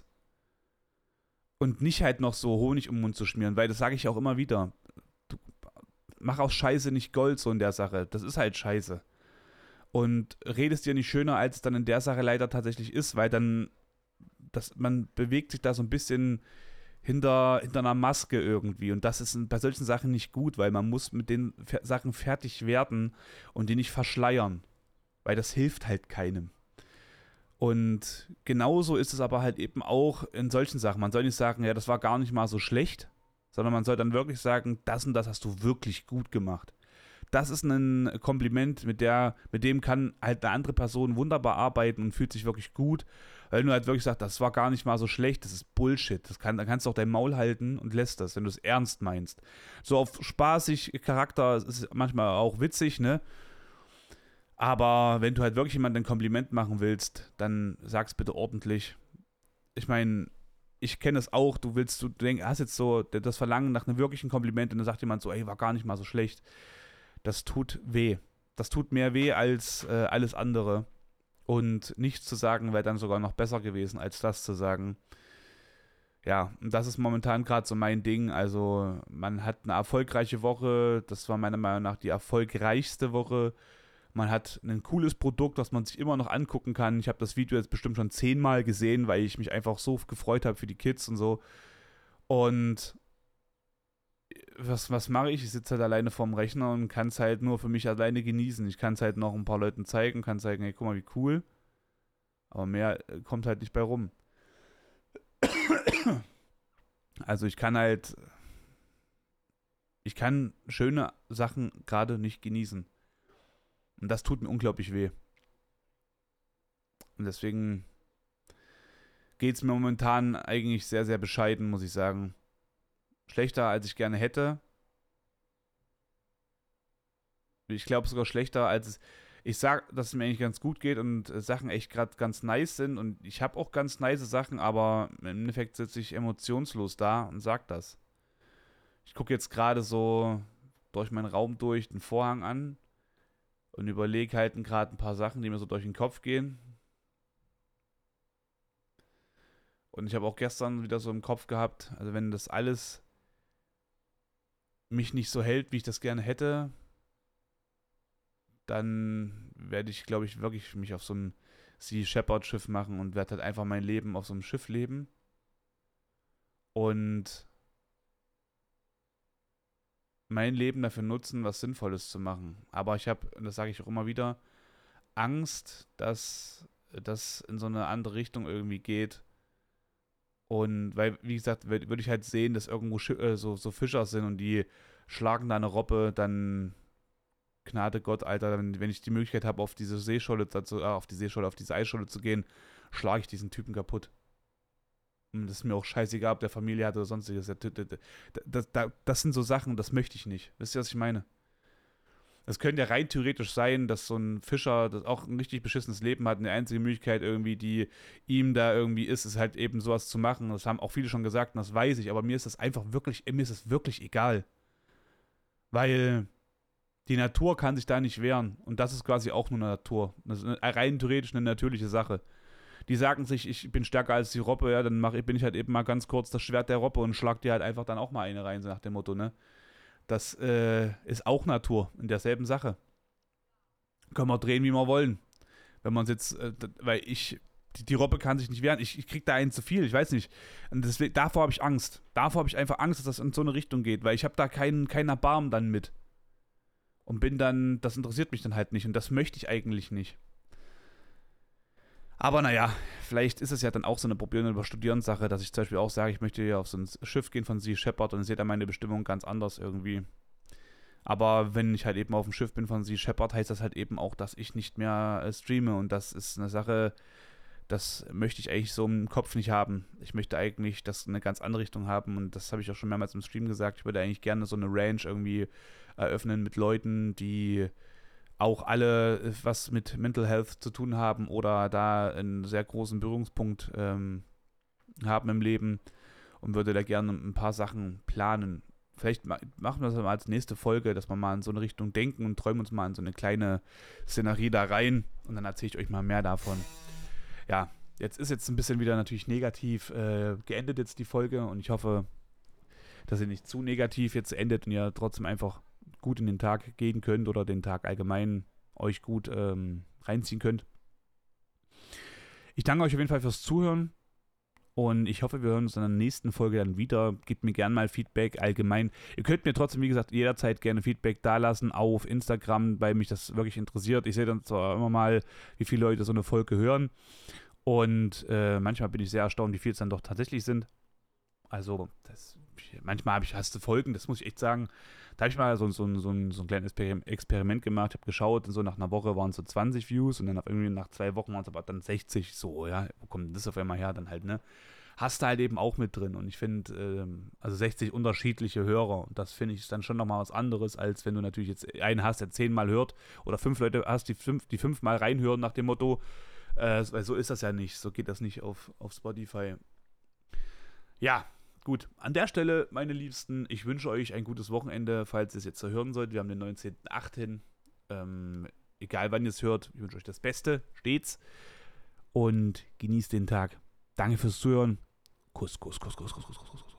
Speaker 1: Und nicht halt noch so Honig um den Mund zu schmieren, weil das sage ich auch immer wieder. Du, mach aus Scheiße nicht Gold so in der Sache. Das ist halt Scheiße. Und redest dir nicht schöner, als es dann in der Sache leider tatsächlich ist, weil dann, das, man bewegt sich da so ein bisschen hinter, hinter einer Maske irgendwie. Und das ist bei solchen Sachen nicht gut, weil man muss mit den Fer- Sachen fertig werden und die nicht verschleiern. Weil das hilft halt keinem. Und genauso ist es aber halt eben auch in solchen Sachen. Man soll nicht sagen, ja, das war gar nicht mal so schlecht, sondern man soll dann wirklich sagen, das und das hast du wirklich gut gemacht. Das ist ein Kompliment, mit, der, mit dem kann halt eine andere Person wunderbar arbeiten und fühlt sich wirklich gut. Weil du halt wirklich sagst, das war gar nicht mal so schlecht, das ist Bullshit. Das kann, dann kannst du auch dein Maul halten und lässt das, wenn du es ernst meinst. So auf spaßig Charakter ist es manchmal auch witzig, ne? Aber wenn du halt wirklich jemandem ein Kompliment machen willst, dann sag's bitte ordentlich. Ich meine, ich kenne es auch, du willst, du denkst, hast jetzt so das Verlangen nach einem wirklichen Kompliment und dann sagt jemand so, ey, war gar nicht mal so schlecht. Das tut weh. Das tut mehr weh als äh, alles andere. Und nichts zu sagen wäre dann sogar noch besser gewesen, als das zu sagen. Ja, und das ist momentan gerade so mein Ding. Also man hat eine erfolgreiche Woche. Das war meiner Meinung nach die erfolgreichste Woche. Man hat ein cooles Produkt, das man sich immer noch angucken kann. Ich habe das Video jetzt bestimmt schon zehnmal gesehen, weil ich mich einfach so gefreut habe für die Kids und so. Und was, was mache ich? Ich sitze halt alleine vorm Rechner und kann es halt nur für mich alleine genießen. Ich kann es halt noch ein paar Leuten zeigen, kann zeigen, hey, guck mal, wie cool. Aber mehr kommt halt nicht bei rum. Also ich kann halt, ich kann schöne Sachen gerade nicht genießen. Und das tut mir unglaublich weh. Und deswegen geht es mir momentan eigentlich sehr, sehr bescheiden, muss ich sagen. Schlechter, als ich gerne hätte. Ich glaube sogar schlechter, als es. Ich sage, dass es mir eigentlich ganz gut geht und Sachen echt gerade ganz nice sind. Und ich habe auch ganz nice Sachen, aber im Endeffekt sitze ich emotionslos da und sage das. Ich gucke jetzt gerade so durch meinen Raum durch den Vorhang an und überlege halt gerade ein paar Sachen, die mir so durch den Kopf gehen. Und ich habe auch gestern wieder so im Kopf gehabt, also wenn das alles mich nicht so hält, wie ich das gerne hätte, dann werde ich, glaube ich, wirklich mich auf so ein Sea Shepherd Schiff machen und werde halt einfach mein Leben auf so einem Schiff leben. Und mein Leben dafür nutzen, was Sinnvolles zu machen. Aber ich habe, und das sage ich auch immer wieder, Angst, dass das in so eine andere Richtung irgendwie geht. Und weil, wie gesagt, würde ich halt sehen, dass irgendwo Schi- äh, so, so Fischer sind und die schlagen da eine Robbe, dann Gnade Gott, Alter, wenn, wenn ich die Möglichkeit habe, auf diese Seescholle, dazu, äh, auf die Seescholle, auf diese Eisscholle zu gehen, schlage ich diesen Typen kaputt. Und das ist mir auch scheißegal, ob der Familie hat oder sonstiges. Das, das, das, das sind so Sachen, das möchte ich nicht. Wisst ihr, was ich meine? Es könnte ja rein theoretisch sein, dass so ein Fischer das auch ein richtig beschissenes Leben hat. Und die einzige Möglichkeit irgendwie, die ihm da irgendwie ist, ist halt eben sowas zu machen. Das haben auch viele schon gesagt und das weiß ich. Aber mir ist das einfach wirklich, mir ist es wirklich egal. Weil die Natur kann sich da nicht wehren. Und das ist quasi auch nur eine Natur. Das ist eine, rein theoretisch eine natürliche Sache. Die sagen sich, ich bin stärker als die Robbe, ja, dann mach, bin ich halt eben mal ganz kurz das Schwert der Robbe und schlag dir halt einfach dann auch mal eine rein, so nach dem Motto, ne? Das äh, ist auch Natur in derselben Sache. Können wir drehen, wie wir wollen. Wenn man jetzt, äh, weil ich die, die Robbe kann sich nicht wehren. Ich, ich krieg da einen zu viel, ich weiß nicht. Und deswegen, davor habe ich Angst. Davor habe ich einfach Angst, dass das in so eine Richtung geht, weil ich habe da keinen keinen Erbarmen dann mit. Und bin dann, das interessiert mich dann halt nicht und das möchte ich eigentlich nicht. Aber naja, vielleicht ist es ja dann auch so eine Probieren- über Studieren-Sache, dass ich zum Beispiel auch sage, ich möchte hier auf so ein Schiff gehen von Sea Shepherd und sehe da meine Bestimmung ganz anders irgendwie. Aber wenn ich halt eben auf dem Schiff bin von Sea Shepherd, heißt das halt eben auch, dass ich nicht mehr äh, streame und das ist eine Sache, das möchte ich eigentlich so im Kopf nicht haben. Ich möchte eigentlich das eine ganz andere Richtung haben und das habe ich auch schon mehrmals im Stream gesagt. Ich würde eigentlich gerne so eine Ranch irgendwie eröffnen mit Leuten, die auch alle was mit Mental Health zu tun haben oder da einen sehr großen Berührungspunkt ähm, haben im Leben und würde da gerne ein paar Sachen planen. Vielleicht ma- machen wir das mal als nächste Folge, dass wir mal in so eine Richtung denken und träumen uns mal in so eine kleine Szenerie da rein und dann erzähle ich euch mal mehr davon. Ja, jetzt ist jetzt ein bisschen wieder natürlich negativ äh, geendet jetzt die Folge und ich hoffe, dass ihr nicht zu negativ jetzt endet und ihr trotzdem einfach gut in den Tag gehen könnt oder den Tag allgemein euch gut ähm, reinziehen könnt. Ich danke euch auf jeden Fall fürs Zuhören und ich hoffe, wir hören uns in der nächsten Folge dann wieder. Gebt mir gerne mal Feedback allgemein. Ihr könnt mir trotzdem, wie gesagt, jederzeit gerne Feedback dalassen auf Instagram, weil mich das wirklich interessiert. Ich sehe dann zwar immer mal, wie viele Leute so eine Folge hören und äh, manchmal bin ich sehr erstaunt, wie viele es dann doch tatsächlich sind. Also, das, manchmal habe ich hast du Folgen, das muss ich echt sagen. Da habe ich mal so, so, so, ein, so ein kleines Experiment gemacht, habe geschaut und so nach einer Woche waren es so zwanzig Views und dann auf irgendwie nach zwei Wochen waren es aber dann sechzig, so, ja, wo kommt denn das auf einmal her? Dann halt, ne? Hast du halt eben auch mit drin und ich finde, ähm, also sechzig unterschiedliche Hörer und das finde ich dann schon nochmal was anderes, als wenn du natürlich jetzt einen hast, der zehnmal hört oder fünf Leute hast, die, fünf, die fünfmal reinhören nach dem Motto, äh, weil so ist das ja nicht, so geht das nicht auf, auf Spotify. Ja, gut, an der Stelle, meine Liebsten, ich wünsche euch ein gutes Wochenende, falls ihr es jetzt so hören sollt. Wir haben den neunzehnten achten Ähm, egal wann ihr es hört, ich wünsche euch das Beste, stets. Und genießt den Tag. Danke fürs Zuhören. Kuss, Kuss, Kuss, Kuss, Kuss, Kuss, Kuss, Kuss.